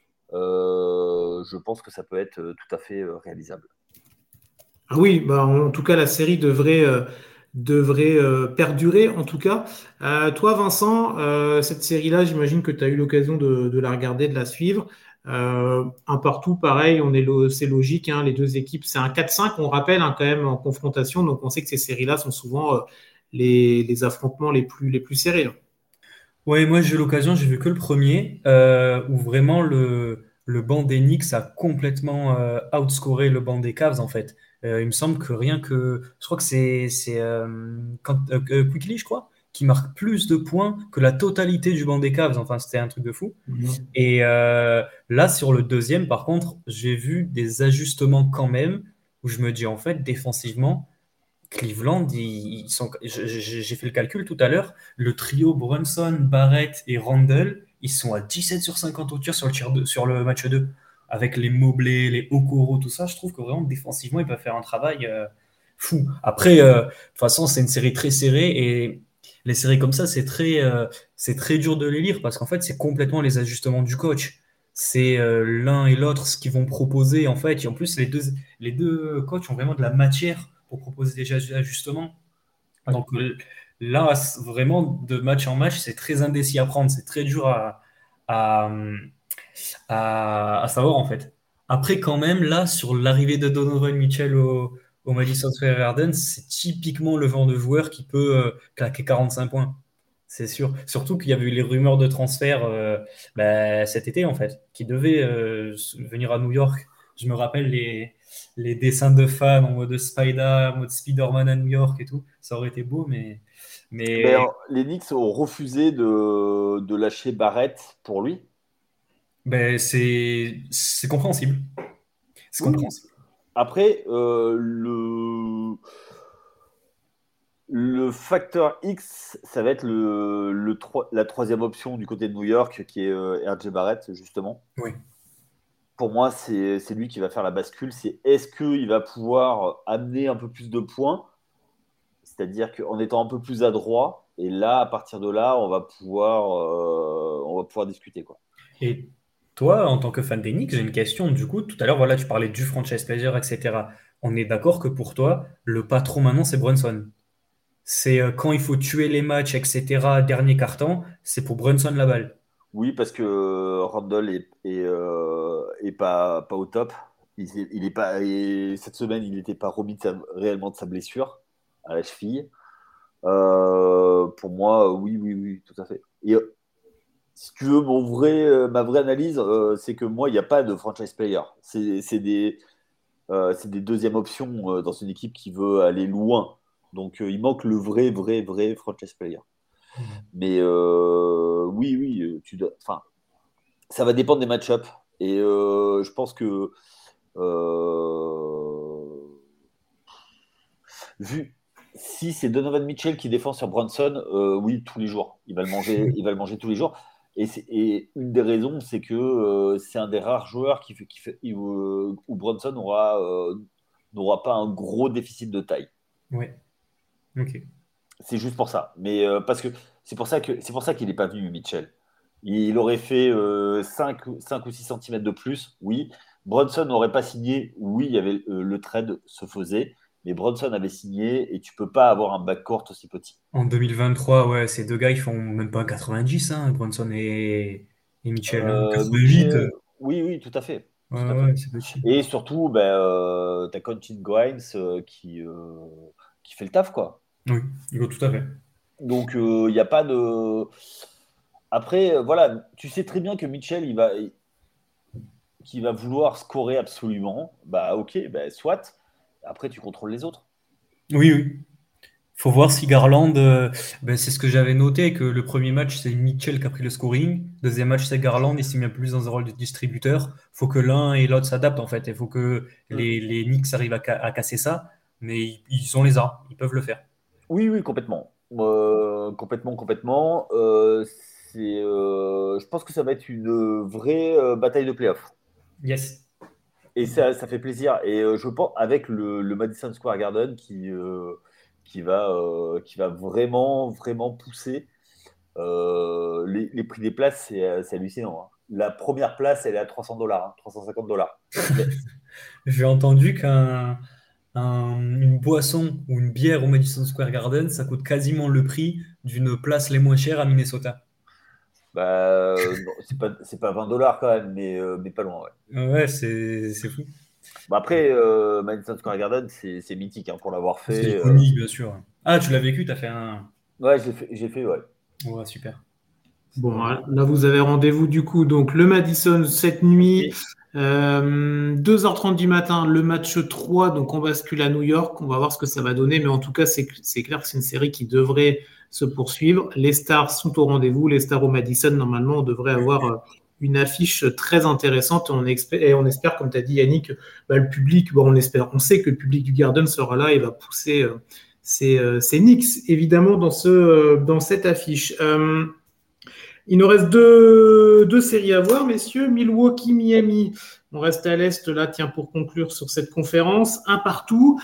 Euh, je pense que ça peut être euh, tout à fait euh, réalisable. Ah oui, bah, en tout cas, la série devrait, euh, devrait euh, perdurer, en tout cas. Euh, toi, Vincent, euh, cette série-là, j'imagine que tu as eu l'occasion de, de la regarder, de la suivre. Euh, un partout, pareil, on est lo- c'est logique, hein, les deux équipes, c'est un quatre cinq, on rappelle, hein, quand même, en confrontation. Donc, on sait que ces séries-là sont souvent euh, les, les affrontements les plus, les plus serrés, hein. Ouais, moi j'ai eu l'occasion, j'ai vu que le premier, euh, où vraiment le, le banc des Knicks a complètement euh, outscoré le banc des Cavs en fait. Euh, il me semble que rien que, je crois que c'est c'est euh, quand euh, euh, Quickly, je crois, qui marque plus de points que la totalité du banc des Cavs. Enfin, c'était un truc de fou. Mhm. Et euh, là, sur le deuxième, par contre, j'ai vu des ajustements quand même, où je me dis en fait, défensivement. Cleveland, ils ils sont, je- je- j'ai fait le calcul tout à l'heure, le trio Brunson, Barrett et Randle, ils sont à dix-sept sur cinquante au tir sur le, tir de- sur le match deux. Avec les Mobley, les Okoro, tout ça, je trouve que vraiment défensivement, ils peuvent faire un travail euh, fou. Après, euh, de toute façon, c'est une série très serrée et les séries comme ça, c'est très, euh, c'est très dur de les lire parce qu'en fait, c'est complètement les ajustements du coach. C'est euh, l'un et l'autre ce qu'ils vont proposer en fait. Et en plus, les deux, les deux coachs ont vraiment de la matière pour proposer des ajustements. Ouais. Donc euh, là, c- vraiment, de match en match, c'est très indécis à prendre. C'est très dur à, à, à, à savoir, en fait. Après, quand même, là, sur l'arrivée de Donovan Mitchell au, au Madison Square Garden, c'est typiquement le genre de joueur qui peut euh, claquer quarante-cinq points. C'est sûr. Surtout qu'il y avait eu les rumeurs de transfert euh, bah, cet été, en fait, qui devaient euh, venir à New York. Je me rappelle les, les dessins de fans en mode Spider, en mode Spider-Man à New York et tout. Ça aurait été beau, mais, mais Ben, les Knicks ont refusé de, de lâcher Barrett pour lui. ben, c'est c'est compréhensible. C'est Oui. compréhensible. Après, euh, le, le facteur X, ça va être le, le tro- la troisième option du côté de New York, qui est euh, R J Barrett, justement. Oui. Pour moi, c'est c'est lui qui va faire la bascule. C'est est-ce qu'il va pouvoir amener un peu plus de points, c'est-à-dire qu'en étant un peu plus adroit, et là, à partir de là, on va pouvoir, euh, on va pouvoir discuter, quoi. Et toi, en tant que fan des Knicks, j'ai une question. Du coup, tout à l'heure, voilà, tu parlais du franchise player, et cetera. On est d'accord que pour toi, le patron maintenant, c'est Brunson. C'est euh, quand il faut tuer les matchs, et cetera, dernier carton, c'est pour Brunson la balle. Oui, parce que euh, Randall est, est, euh, est pas, pas au top. Il, est- il est pas, et cette semaine, il n'était pas remis de sa- réellement de sa blessure à la cheville. Euh, pour moi, oui, oui, oui, tout à fait. Et euh, si tu veux, mon vrai, euh, ma vraie analyse, euh, c'est que moi, il n'y a pas de franchise player. C'est c'est des, euh, c'est des deuxièmes options euh, dans une équipe qui veut aller loin. Donc, euh, il manque le vrai, vrai, vrai franchise player. Mais euh, oui, oui, euh, tu dois. Enfin, ça va dépendre des match-ups. Et euh, je pense que euh, vu. si c'est Donovan Mitchell qui défend sur Brunson, euh, oui, tous les jours. Il va le manger, il va le manger tous les jours. Et, et une des raisons, c'est que euh, c'est un des rares joueurs qui fait, qui fait, où, où Brunson aura, euh, n'aura pas un gros déficit de taille. Ouais. Ok. C'est juste pour ça. Mais euh, parce que c'est pour ça que c'est pour ça qu'il n'est pas venu, Mitchell. Il aurait fait euh, cinq ou six centimètres de plus, oui. Brunson n'aurait pas signé, oui, il y avait, euh, le trade se faisait, mais Brunson avait signé et tu peux pas avoir un backcourt aussi petit. En deux mille vingt-trois, ouais, ces deux gars, ils font même pas quatre-vingt-dix, hein, Bronson et, et Mitchell. Hein. Euh, quatre-vingt-huit, Mitchell, euh, oui, oui, tout à fait. ouais, Tout à ouais, fait. c'est petit. Et surtout, ben, euh, t'as Quentin Grimes euh, qui, euh, qui fait le taf, quoi. Oui, il va tout à fait. Donc, il n'y a pas de. Après, euh, voilà, tu sais très bien que Mitchell, il va, qui va vouloir scorer absolument, bah ok, bah, soit. Après, tu contrôles les autres. Oui, oui. Faut voir si Garland, euh, ben, c'est ce que j'avais noté, que le premier match, c'est Mitchell qui a pris le scoring. Deuxième match, c'est Garland, il s'est mis un peu plus dans un rôle de distributeur. Faut que l'un et l'autre s'adaptent, en fait. Il faut que Mm. les, les Knicks arrivent à, ca- à casser ça. Mais ils, ils ont les armes, ils peuvent le faire. Oui, oui, complètement. Euh, complètement, complètement. Euh, c'est, euh, je pense que ça va être une vraie euh, bataille de playoff. Yes. Et ça, ça fait plaisir. Et euh, je pense avec le, le Madison Square Garden qui, euh, qui, va, euh, qui va vraiment, vraiment pousser. Euh, les, les prix des places, c'est euh, c'est hallucinant. Hein. La première place, elle est à trois cents dollars, hein, trois cent cinquante dollars. J'ai entendu qu'un un- une boisson ou une bière au Madison Square Garden, ça coûte quasiment le prix d'une place les moins chères à Minnesota. Bah, euh, non, c'est pas, c'est pas vingt dollars quand même, mais, euh, mais pas loin, ouais. Ouais, c'est c'est fou. Bah après, euh, Madison Square Garden, c'est c'est mythique hein, pour l'avoir C'est fait. euh. iconique, bien sûr. Ah, tu l'as vécu, t'as fait un. Ouais, j'ai fait, j'ai fait, ouais. Ouais, super. Bon, C'est- là, vous avez rendez-vous du coup. Donc, le Madison cette nuit, Oui. euh, deux heures trente du matin, le match trois. Donc, on bascule à New York. On va voir ce que ça va donner. Mais en tout cas, c'est c'est clair que c'est une série qui devrait se poursuivre. Les stars sont au rendez-vous. Les stars au Madison, normalement, on devrait avoir euh, une affiche très intéressante. On, expé- et on espère, comme tu as dit, Yannick, bah, le public, bon, on espère, on sait que le public du Garden sera là et va pousser euh, ses, euh, ses Knicks, évidemment, dans, ce, euh, dans cette affiche. Euh, il nous reste deux, deux séries à voir, messieurs. Milwaukee, Miami. On reste à l'Est, là, tiens, pour conclure sur cette conférence. Un partout.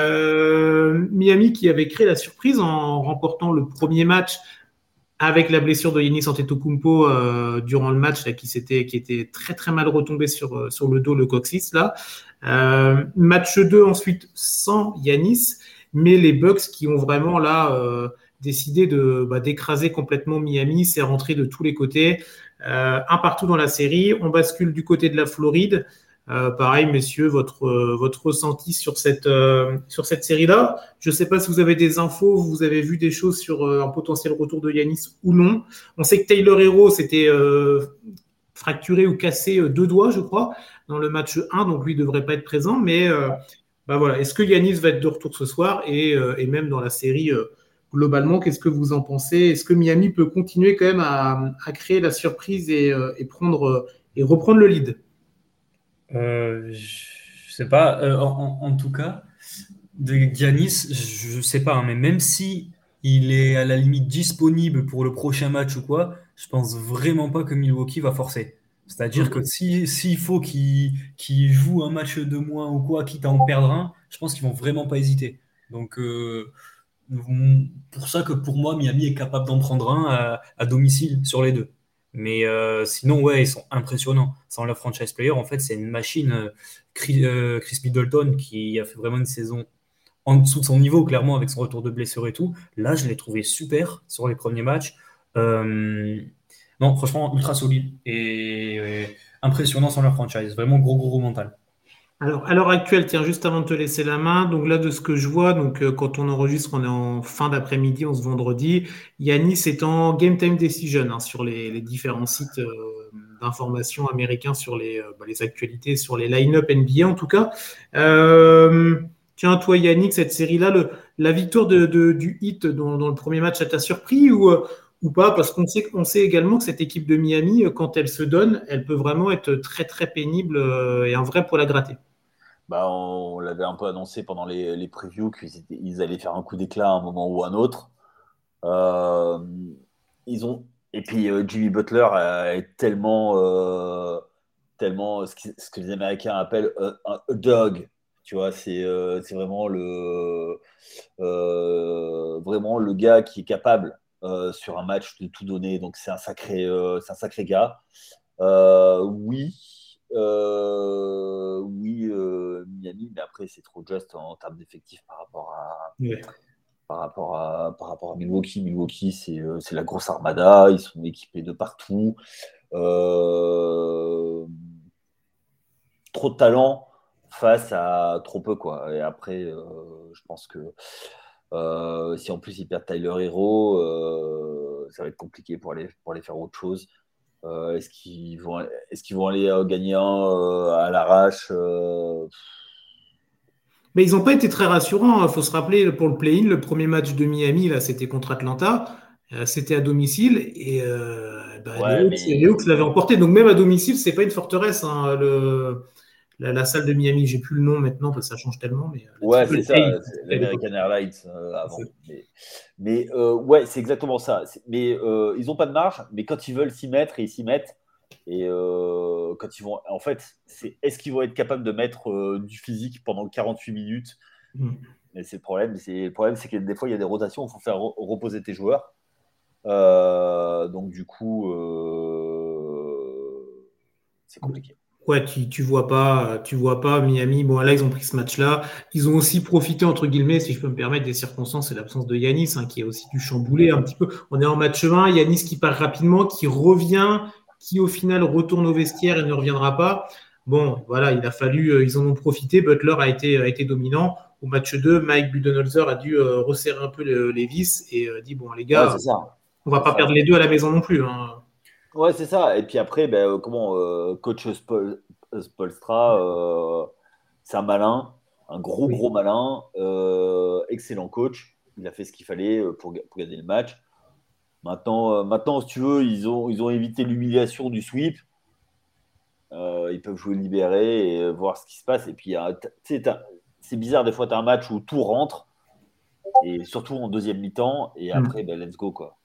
Euh, Miami qui avait créé la surprise en remportant le premier match avec la blessure de Giannis Antetokounmpo euh, durant le match, là, qui, s'était, qui était très, très mal retombé sur, sur le dos, le coccyx, là. Euh, match deux, ensuite, sans Giannis, mais les Bucks qui ont vraiment, là... Euh, décidé de, bah, d'écraser complètement Miami. C'est rentré de tous les côtés. Euh, un partout dans la série. On bascule du côté de la Floride. Euh, pareil, messieurs, votre, euh, votre ressenti sur cette, euh, sur cette série-là. Je ne sais pas si vous avez des infos, vous avez vu des choses sur euh, un potentiel retour de Giannis ou non. On sait que Taylor Hero s'était euh, fracturé ou cassé euh, deux doigts, je crois, dans le match un, donc lui ne devrait pas être présent. Mais euh, bah voilà, est-ce que Giannis va être de retour ce soir et, euh, et même dans la série euh, globalement, qu'est-ce que vous en pensez? Est-ce que Miami peut continuer quand même à, à créer la surprise et, euh, et, prendre, et reprendre le lead? Euh, je sais pas. Euh, en, en tout cas, de Giannis, je sais pas, hein, mais même si il est à la limite disponible pour le prochain match ou quoi, je pense vraiment pas que Milwaukee va forcer. C'est-à-dire que Mhm. si, s'il faut qu'il qu'il joue un match de moins ou quoi, quitte à en perdre un, je pense qu'ils vont vraiment pas hésiter. Donc, euh, pour ça que pour moi, Miami est capable d'en prendre un à, à domicile sur les deux. Mais euh, sinon, ouais, ils sont impressionnants. Sans leur franchise player, en fait, c'est une machine. euh, Chris, euh, Chris Middleton qui a fait vraiment une saison en dessous de son niveau, clairement, avec son retour de blessure et tout. Là, je l'ai trouvé super sur les premiers matchs. Euh, non, franchement, ultra solide et euh, impressionnant sans leur franchise. Vraiment gros, gros, gros mental. Alors, à l'heure actuelle, tiens, juste avant de te laisser la main, donc là, de ce que je vois, donc euh, quand on enregistre, on est en fin d'après-midi, on se vendredi. Yanis est en game time decision hein, sur les, les différents sites euh, d'information américains sur les, euh, bah, les actualités, sur les line-up N B A en tout cas. Euh, tiens, toi, Yannick, cette série-là, le, la victoire de, de- du Heat dans, dans le premier match, ça t'a surpris ou, euh, ou pas? Parce qu'on sait, on sait également que cette équipe de Miami, euh, quand elle se donne, elle peut vraiment être très, très pénible euh, et un vrai poil à gratter. Bah, on l'avait un peu annoncé pendant les, les previews qu'ils étaient- ils allaient faire un coup d'éclat à un moment ou à un autre. Euh, ils ont et puis euh, Jimmy Butler euh, est tellement euh, tellement ce, qui- ce que les Américains appellent euh, un a dog. Tu vois, c'est euh, c'est vraiment le euh, vraiment le gars qui est capable euh, sur un match de tout donner. Donc c'est un sacré euh, c'est un sacré gars. Euh, oui, euh, oui, euh, Miami, mais après c'est trop juste en termes d'effectifs par rapport à Ouais. par rapport à par rapport à Milwaukee. Milwaukee, c'est euh, c'est la grosse armada, ils sont équipés de partout. Euh, Trop de talent face à trop peu quoi. Et après, euh, je pense que euh, si en plus ils perdent Tyler Hero, euh, ça va être compliqué pour aller pour aller faire autre chose. Euh, est-ce qu'ils vont, est-ce qu'ils vont aller euh, gagner un euh, à l'arrache euh, Mais ils n'ont pas été très rassurants. Il faut se rappeler, pour le play-in, le premier match de Miami, là, c'était contre Atlanta. Euh, c'était à domicile et euh, bah, les Ouais, Hawks, les mais Hawks l'avaient emporté. Donc même à domicile, c'est pas une forteresse, hein, le, la, la salle de Miami. J'ai plus le nom maintenant parce que ça change tellement, mais euh, la ouais, Triple c'est A, ça, c'est c'était à l'époque. l'American Airlines euh, avant. Mais, mais euh, ouais, c'est exactement ça. C'est- Mais euh, ils n'ont pas de marge, mais quand ils veulent s'y mettre, ils s'y mettent. Et euh, quand ils vont, en fait, c'est est-ce qu'ils vont être capables de mettre euh, du physique pendant quarante-huit minutes? Mm. Mais c'est le problème. C'est le problème, c'est que des fois il y a des rotations, il faut faire re- reposer tes joueurs. Euh, donc du coup, euh, c'est compliqué. Ouais, tu, tu vois pas, tu vois pas Miami. Bon, là, ils ont pris ce match-là. Ils ont aussi profité, entre guillemets, si je peux me permettre, des circonstances et l'absence de Yanis, hein, qui est aussi du chamboulé un petit peu. On est en match vingt, Yanis qui part rapidement, qui revient, qui au final retourne au vestiaire et ne reviendra pas. Bon, voilà, il a fallu, euh, ils en ont profité. Butler a été, a été dominant. Au match deux, Mike Budenholzer a dû euh, resserrer un peu le- les vis et euh, dit, bon, les Ouais, gars, c'est ça. on va C'est pas ça. perdre les deux à la maison non plus, hein. Ouais, c'est ça. Et puis après, ben, euh, comment euh, coach Spol- Spolstra, euh, c'est un malin, un gros Oui. gros malin, euh, excellent coach. Il a fait ce qu'il fallait euh, pour, ga- pour gagner le match. Maintenant, euh, maintenant, si tu veux, ils ont, ils ont évité l'humiliation du sweep. Euh, ils peuvent jouer libéré et euh, voir ce qui se passe. Et puis, euh, t'as- tu sais, t'as- c'est bizarre, des fois, tu as un match où tout rentre, et surtout en deuxième mi-temps, et Hmm. après, ben, let's go, quoi.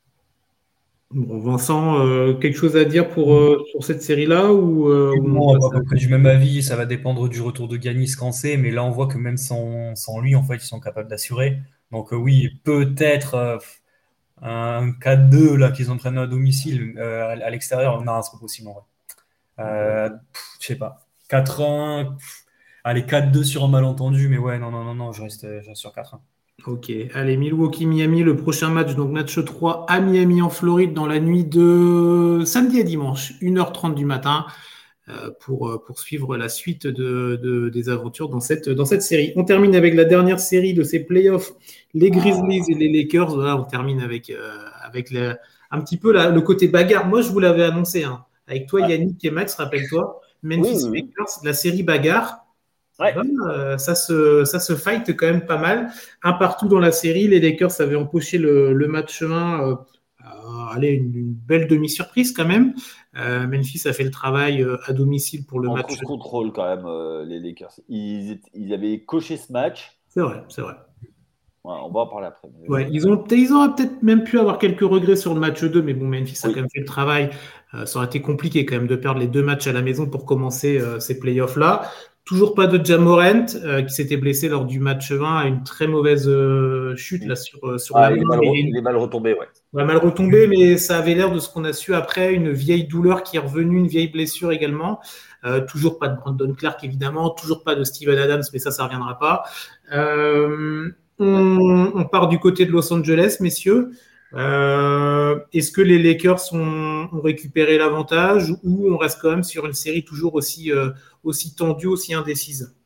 Bon, Vincent, euh, quelque chose à dire pour, euh, sur cette série-là ou, euh, ou on Non, on passe va à à... peu près du même avis. Ça va dépendre du retour de Giannis quand c'est, mais là, on voit que même sans, sans lui, en fait, ils sont capables d'assurer. Donc, euh, oui, peut-être euh, un quatre deux là qu'ils entraînent à domicile, euh, à à l'extérieur. Non, c'est pas possible en vrai. Euh, pff, je sais pas. quatre un, pff, allez, quatre deux sur un malentendu, mais ouais, non, non, non, non, je reste, je reste sur quatre un. Ok, allez, Milwaukee-Miami, le prochain match, donc match trois à Miami en Floride dans la nuit de samedi à dimanche, une heure trente du matin, euh, pour euh, poursuivre la suite de, de- des aventures dans cette, dans cette série. On termine avec la dernière série de ces playoffs, les Grizzlies et les Lakers. Voilà, on termine avec, euh, avec la- un petit peu la- le côté bagarre. Moi, je vous l'avais annoncé, hein, avec toi, Ouais. Yannick et Max, rappelle-toi, Oui, oui, oui. Memphis-Lakers, la série bagarre. Eh Ouais. ben, euh, ça se, ça se fight quand même pas mal. Un partout dans la série, les Lakers avaient empoché le, le match un. Euh, euh, allez, une, une belle demi-surprise quand même. Euh, Memphis a fait le travail euh, à domicile pour le En match. cruise control quand même, euh, les Lakers. Ils, étaient- ils avaient coché ce match. C'est vrai, c'est vrai. Ouais, on va en parler après. Mais Ouais, oui. ils ont, ils auraient peut-être même pu avoir quelques regrets sur le match deux, mais bon, Memphis a quand Oui. même fait le travail. Euh, ça aurait été compliqué quand même de perdre les deux matchs à la maison pour commencer euh, ces playoffs-là. Toujours pas de Ja Morant, euh, qui s'était blessé lors du match vingt à une très mauvaise euh, chute là, sur, euh, sur la Ah, main. il est mal, re- Et il est mal retombé, ouais. on a mal retombé, mais ça avait l'air de ce qu'on a su après, une vieille douleur qui est revenue, une vieille blessure également. Euh, toujours pas de Brandon Clark, évidemment, toujours pas de Steven Adams, mais ça, ça reviendra pas. Euh, on, on part du côté de Los Angeles, messieurs. Euh, Est-ce que les Lakers ont, ont récupéré l'avantage ou on reste quand même sur une série toujours aussi, euh, aussi tendue, aussi indécise?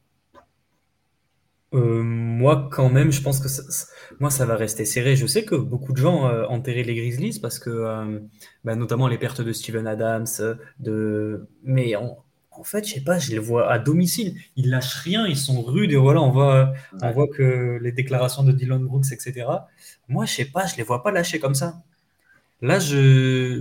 Euh, moi, quand même, je pense que ça, ça- moi, ça va rester serré. Je sais que beaucoup de gens euh, enterraient les Grizzlies parce que, euh, bah, notamment les pertes de Steven Adams, euh, de... mais en, en fait, je sais pas, je les vois à domicile. Ils lâchent rien, ils sont rudes et voilà, on voit, on Ouais. voit que les déclarations de Dylan Brooks, et cetera. Moi, je sais pas, je les vois pas lâcher comme ça. Là, je,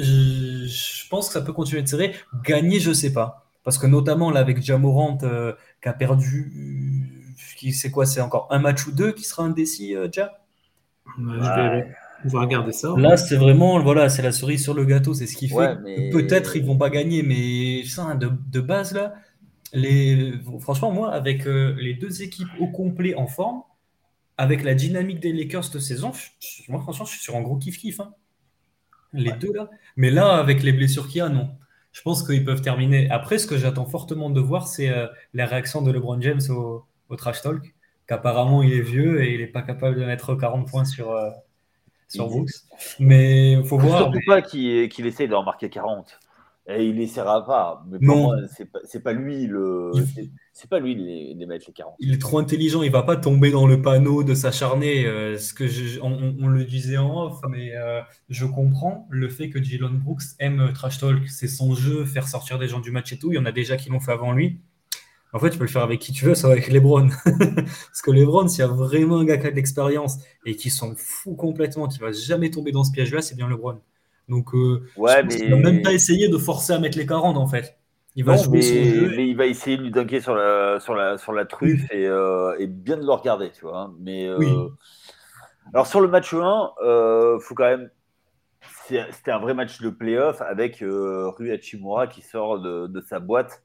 je, je pense que ça peut continuer de serrer. Gagner, je sais pas. Parce que notamment là avec Ja Morant, euh, qui a perdu. Qui, c'est quoi? C'est encore un match ou deux qui sera indécis, euh, déjà? Ouais, je vais, on va regarder ça. Là, c'est vraiment, voilà, c'est la cerise sur le gâteau. C'est ce qui fait Ouais, que mais peut-être ils vont pas gagner. Mais ça, de, de base, là, les, franchement, moi, avec euh, les deux équipes au complet en forme, avec la dynamique des Lakers cette saison, je- je- moi, franchement, je suis sur un gros kiff-kiff, hein. Les ouais. deux, là. Mais là, avec les blessures qu'il y a, non. Je pense qu'ils peuvent terminer. Après, ce que j'attends fortement de voir, c'est euh, la réaction de LeBron James au, au trash talk, qu'apparemment il est vieux et il n'est pas capable de mettre quarante points sur, euh, sur Il Brooks. Mais il faut faut voir. surtout Mais pas qu'il qu'il essaye d'en marquer quarante. Et il essaiera pas. Mais pour non, moi, c'est pas, c'est pas lui le, il, c'est c'est pas lui de les, de les mettre les quarante. il est trop intelligent. Il va pas tomber dans le panneau de s'acharner. euh, ce que je- on, on- on le disait en off, mais euh, je comprends le fait que Jalen Brooks aime euh, trash talk. C'est son jeu, faire sortir des gens du match et tout. Il y en a déjà qui l'ont fait avant lui. En fait, tu peux le faire avec qui tu veux, sauf avec LeBron. Parce que LeBron, s'il y a vraiment un gars qui a de l'expérience et qui s'en fout complètement, qui va jamais tomber dans ce piège-là, c'est bien LeBron. Donc, euh, je Ouais, pense qu'il va même pas mais essayer de forcer à mettre les quarante, en fait. Il va non, jouer son mais, jeu. mais il va essayer de lui dunker sur la, sur la, sur la Oui, truffe et, euh, et bien de le regarder, tu vois. Mais euh, oui, alors sur le match un, euh, faut quand même. c'est- C'était un vrai match de playoff avec euh, Rui Hachimura qui sort de, de sa boîte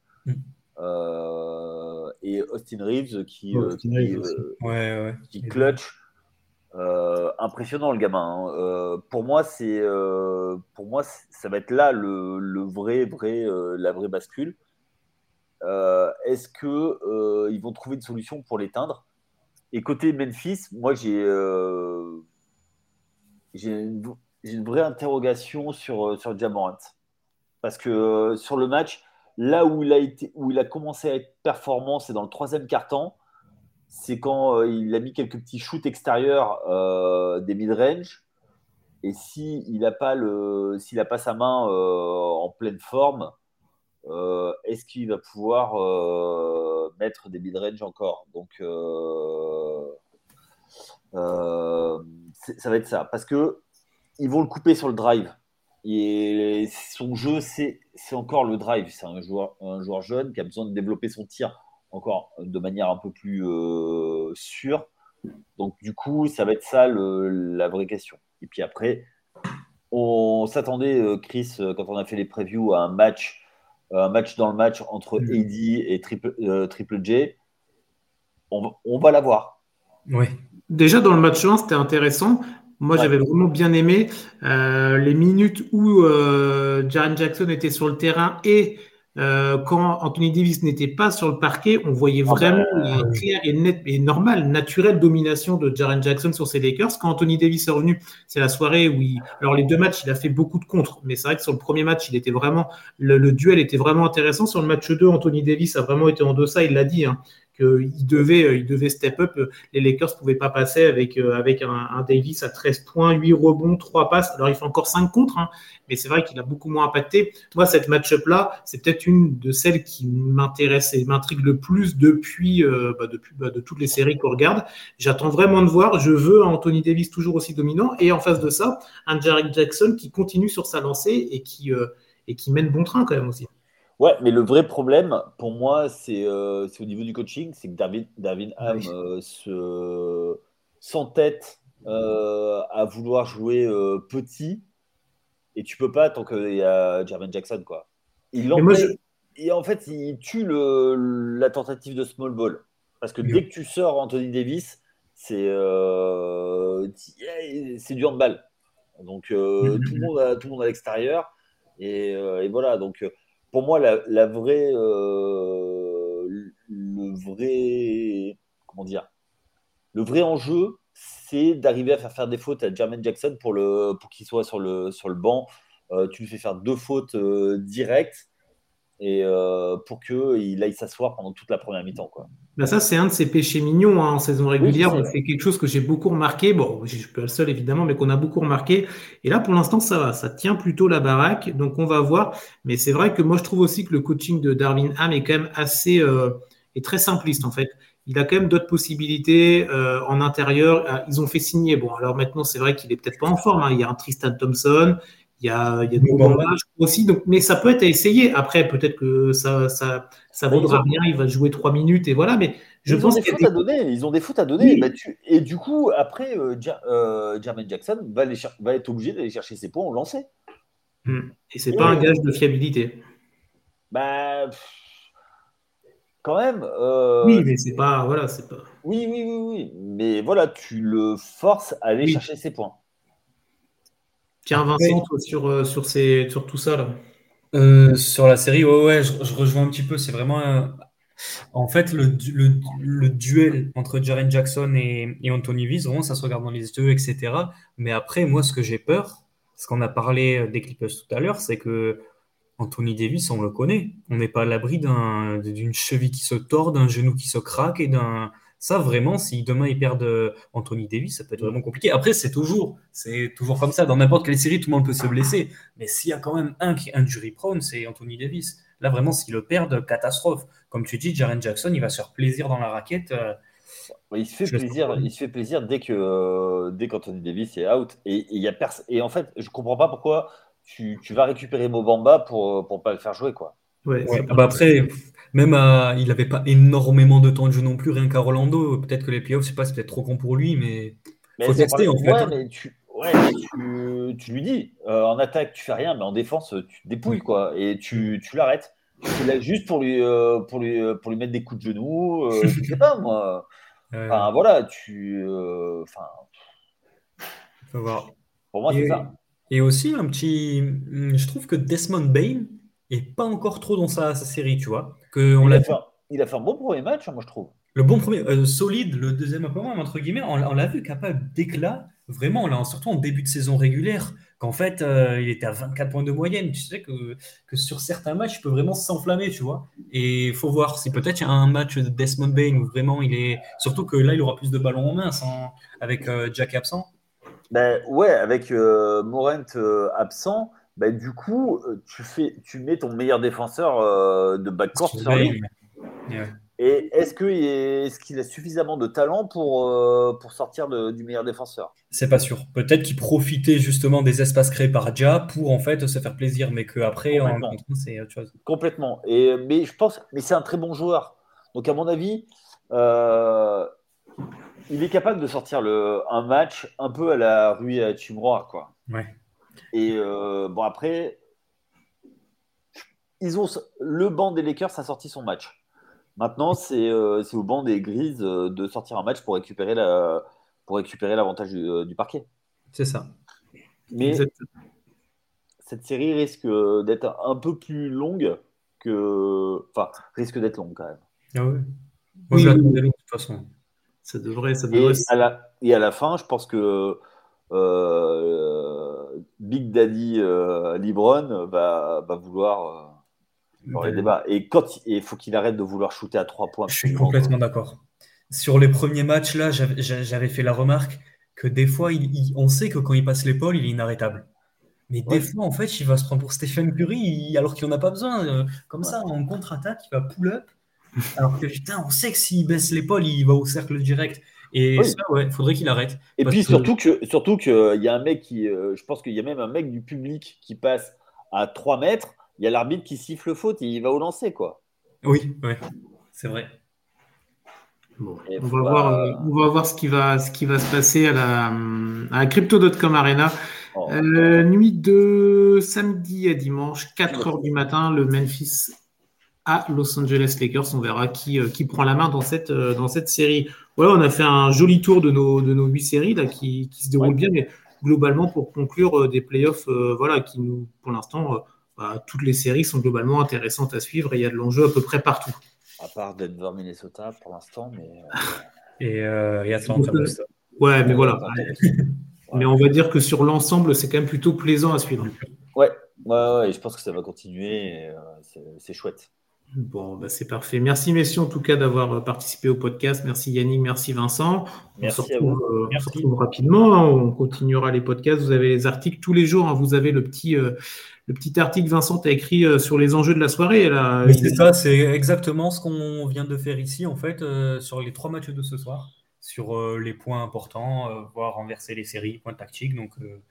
euh, et Austin Reeves qui, Oh, euh, Austin qui, Reeves aussi. euh, ouais, ouais. qui Les deux. clutch. Euh, impressionnant le gamin, hein. Euh, pour moi, c'est, euh, pour moi, c'est- ça va être là le, le vrai, vrai, euh, la vraie bascule. Euh, est-ce que euh, ils vont trouver une solution pour l'éteindre? Et côté Memphis, moi j'ai euh, j'ai une, j'ai une vraie interrogation sur euh, sur Ja Morant. Parce que euh, sur le match, là où il a été, où il a commencé à être performant, c'est dans le troisième quart-temps. C'est quand euh, il a mis quelques petits shoots extérieurs euh, des mid-range. Et si il n'a pas le, s'il a pas sa main euh, en pleine forme, euh, est-ce qu'il va pouvoir euh, mettre des mid-range encore? Donc euh, euh, c'est- ça va être ça, parce que ils vont le couper sur le drive. Et son jeu, c'est c'est encore le drive. C'est un joueur, un joueur jeune qui a besoin de développer son tir encore de manière un peu plus euh, sûre. Donc, du coup, ça va être ça le- la vraie question. Et puis après, on s'attendait, euh, Chris, euh, quand on a fait les previews, à un match, un match dans le match entre A D et Triple, euh, Triple J. On, on va l'avoir. Ouais. Déjà, dans le match un, c'était intéressant. Moi, Ouais. j'avais vraiment bien aimé euh, les minutes où euh, Jaren Jackson était sur le terrain et euh, quand Anthony Davis n'était pas sur le parquet, on voyait Ah vraiment ben, la claire et nette et normale, naturelle domination de Jaren Jackson sur ses Lakers. Quand Anthony Davis est revenu, c'est la soirée où il... Alors, les deux matchs, il a fait beaucoup de contres, mais c'est vrai que sur le premier match, il était vraiment... Le, le duel était vraiment intéressant. Sur le match deux, Anthony Davis a vraiment été en deçà, il l'a dit, hein, qu'il devait, il devait step up. Les Lakers ne pouvaient pas passer avec, euh, avec un, un Davis à treize points, huit rebonds, trois passes. Alors, il fait encore cinq contre, hein, mais c'est vrai qu'il a beaucoup moins impacté. Moi, cette match-up-là, c'est peut-être une de celles qui m'intéresse et m'intrigue le plus depuis, euh, bah, depuis bah, de toutes les séries qu'on regarde. J'attends vraiment de voir. Je veux un Anthony Davis toujours aussi dominant et en face de ça, un Jaren Jackson qui continue sur sa lancée et qui, euh, et qui mène bon train quand même aussi. ouais, mais le vrai problème, pour moi, c'est euh, c'est au niveau du coaching. C'est que David, David Ham Oui. euh, se, s'entête euh, à vouloir jouer euh, petit. Et tu peux pas tant qu'il y a Jermaine Jackson, quoi. Il Mais moi, je, l'empêche. Et en fait, il tue le, la tentative de small ball. Parce que dès Oui. que tu sors Anthony Davis, c'est euh, c'est du handball. Donc euh, tout, le monde a, tout le monde à l'extérieur. Et, euh, et voilà. Donc euh, pour moi, la, la vraie, euh, le vrai, comment dire, le vrai enjeu, c'est d'arriver à faire faire des fautes à Jermaine Jackson pour, le, pour qu'il soit sur le, sur le banc. Euh, tu lui fais faire deux fautes euh, directes et euh, pour qu'il aille s'asseoir pendant toute la première mi-temps, quoi. Ben ça, c'est un de ses péchés mignons hein, en saison Oui, je régulière. sais. Ouais. C'est quelque chose que j'ai beaucoup remarqué. Bon, je suis pas le seul évidemment, mais qu'on a beaucoup remarqué. Et là, pour l'instant, ça va. Ça tient plutôt la baraque. Donc, on va voir. Mais c'est vrai que moi, je trouve aussi que le coaching de Darvin Ham est quand même assez euh, est très simpliste en fait. Il a quand même d'autres possibilités euh, en intérieur. Ah, ils ont fait signer. Bon, alors maintenant, c'est vrai qu'il est peut-être pas en forme, hein. Il y a un Tristan Thompson. Il y a, il y a de Bamba, je crois aussi. Donc, mais ça peut être à essayer. Après, peut-être que ça, ça, ça Mais ils vaudra ont, rien. Il va jouer trois minutes et voilà. Mais je ils ont pense des qu'il y a foot à des. donner. Ils ont des foot à donner. Bah, Oui. tu- et du coup, après, euh, Ja- euh, Jermaine Jackson va, aller cher- va être obligé d'aller chercher ses points au lancer. Hmm. Et c'est pas un Et gage de fiabilité. bah, pff, quand même, euh, Oui, mais c'est pas. Voilà, c'est pas. oui, oui, oui, oui. Mais voilà, tu le forces à aller Oui. chercher ses points. Tiens, Vincent, Après, toi, sur, euh, sur, ces, sur tout ça, là. euh, sur la série, ouais, ouais, je, je rejoins un petit peu. C'est vraiment, euh, en fait, le, du- le, le duel entre Jaren Jackson et, et Anthony Davis, vraiment, ça se regarde dans les yeux, et cetera. Mais après, moi, ce que j'ai peur, ce qu'on a parlé des Clippers tout à l'heure, c'est que Anthony Davis, on le connaît. On n'est pas à l'abri d'un, d'une cheville qui se tord, d'un genou qui se craque et d'un. Ça, vraiment, si demain ils perdent euh, Anthony Davis, ça peut être vraiment compliqué. Après, c'est toujours, c'est toujours comme ça. Dans n'importe quelle série, tout le monde peut se blesser. Mais s'il y a quand même un qui est injury prone, c'est Anthony Davis. Là, vraiment, s'ils le perdent, catastrophe. Comme tu dis, Jaren Jackson, il va se faire plaisir dans la raquette. euh, Ouais, Il se fait je laisse plaisir, il se fait plaisir dès que euh, dès qu'Anthony Davis est out. Et, et il y a pers- et en fait, je comprends pas pourquoi tu, tu vas récupérer Mo Bamba pour pour pas le faire jouer quoi. Ouais, ça Ouais, ah peut- bah après, même à- il n'avait pas énormément de temps de jeu non plus, rien qu'à Orlando. Peut-être que les playoffs, je sais pas, c'est peut-être trop con pour lui, mais Mais faut c'est le tester problème. en fait, Ouais, hein. mais tu ouais, mais tu, tu lui dis euh, en attaque tu fais rien, mais en défense tu te dépouilles Ouais. quoi et tu, tu l'arrêtes. Tu l'as juste pour lui euh, pour lui euh, pour lui mettre des coups de genou. Euh, je sais pas moi. Euh, Enfin voilà, tu euh, enfin faut voir. pour moi c'est Et, ça. et aussi, un petit. hum, Je trouve que Desmond Bain est pas encore trop dans sa, sa série, tu vois. Que on Mais il l'a a vu. fait un, il a fait un bon premier match, hein, moi je trouve. Le bon premier, euh, solide, le deuxième un peu moins, entre guillemets, on, on l'a vu capable d'éclat, vraiment, là, surtout en début de saison régulière, qu'en fait, euh, il était à vingt-quatre points de moyenne. Tu sais que, que sur certains matchs, il peut vraiment s'enflammer, tu vois. Et il faut voir si peut-être il y a un match de Desmond Bain où vraiment il est. Surtout que là, il aura plus de ballons en main sans- avec euh, Jack absent. Ben ouais, avec euh, Morent euh, absent, ben du coup, euh, tu fais, tu mets ton meilleur défenseur euh, de backcourt Sur sur Bain. lui. Ouais. Et est-ce que est-ce qu'il a suffisamment de talent pour, euh, pour sortir de- du meilleur défenseur? C'est pas sûr. Peut-être qu'il profitait justement des espaces créés par Ja pour en fait se faire plaisir, mais qu'après, en Complètement, contre, c'est autre chose. complètement. Et mais je pense, mais c'est un très bon joueur. Donc à mon avis, euh, il est capable de sortir le, un match un peu à la Rui Hachimura, quoi. Ouais. Et euh, bon après, ils ont le banc des Lakers a sorti son match. Maintenant, c'est euh, c'est au banc des Grises euh, de sortir un match pour récupérer la, pour récupérer l'avantage du, euh, du parquet. C'est ça. Mais Exact. cette série risque euh, d'être un peu plus longue que, enfin, risque d'être longue quand même. Ah ouais. Moi, je Oui, oui, l'attendais oui. de toute façon. Ça devrait, ça devrait. Et à la, et à la fin, je pense que euh, Big Daddy euh, LeBron va, va vouloir euh, avoir les Ben, débats. Et quand il faut qu'il arrête de vouloir shooter à trois points je suis absolument, quoi. complètement d'accord. Sur les premiers matchs, là, j'avais j'a- j'avais fait la remarque que des fois, il- il- on sait que quand il passe l'épaule, il est inarrêtable. Mais des Ouais, fois, en fait, il va se prendre pour Stephen Curry il- alors qu'il n'en a pas besoin. Euh, Comme ouais. ça, en contre-attaque, il va pull-up. Alors que putain, on sait que s'il baisse l'épaule, il va au cercle direct. Et ça, Oui. ouais, il faudrait qu'il arrête. Et Parce puis que, surtout que surtout que il y a un mec qui, euh, je pense qu'il y a même un mec du public qui passe à trois mètres. Il y a l'arbitre qui siffle faute et il va au lancer quoi. oui, ouais, c'est vrai. Bon, Et on faut va voir, euh, pas. on va voir ce qui va, ce qui va se passer à la, à la crypto point com Arena. Oh, Euh, nuit de samedi à dimanche, quatre heures du matin, le Memphis à Los Angeles Lakers. On verra qui, euh, qui prend la main dans cette, euh, dans cette série. Voilà, on a fait un joli tour de nos, de nos huit séries là, qui, qui se déroulent ouais. bien, mais globalement, pour conclure, euh, des playoffs, euh, voilà, qui nous, pour l'instant, euh, bah, toutes les séries sont globalement intéressantes à suivre et il y a de l'enjeu à peu près partout. À part Denver, Minnesota pour l'instant, mais euh, Et, euh, et Atlanta Donc, euh, Boston. ouais, mais ouais, voilà. Atlanta Boston. Mais Ouais. on va dire que sur l'ensemble, c'est quand même plutôt plaisant à suivre. Ouais, ouais, ouais, et je pense que ça va continuer. Et, euh, c'est c'est chouette. Bon, bah c'est parfait. Merci, messieurs, en tout cas, d'avoir euh, participé au podcast. Merci, Yannick. Merci, Vincent. On se Merci à retrouve, vous. euh, on se Merci. retrouve rapidement, hein. On continuera les podcasts. Vous avez les articles tous les jours, hein. Vous avez le petit, euh, le petit article, Vincent, tu as écrit euh, sur les enjeux de la soirée. Là. Mais Il c'est est... ça, c'est exactement ce qu'on vient de faire ici, en fait, euh, sur les trois matchs de ce soir, sur euh, les points importants, euh, voir renverser les séries, points tactiques. Donc, euh,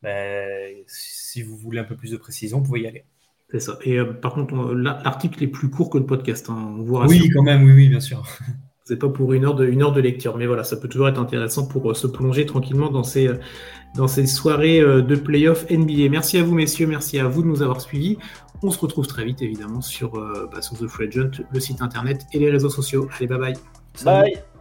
ben, si vous voulez un peu plus de précision, vous pouvez y aller. C'est ça. Et euh, par contre, on, l'article est plus court que le podcast. Hein, on vous rassure. Oui, quand même, oui, oui, bien sûr. C'est pas pour une heure de, une heure de lecture, mais voilà, ça peut toujours être intéressant pour euh, se plonger tranquillement dans ces, euh, dans ces soirées euh, de playoff N B A. Merci à vous, messieurs, merci à vous de nous avoir suivis. On se retrouve très vite, évidemment, sur, euh, bah, sur The Free Agent, le site internet et les réseaux sociaux. Allez, bye bye. Bye.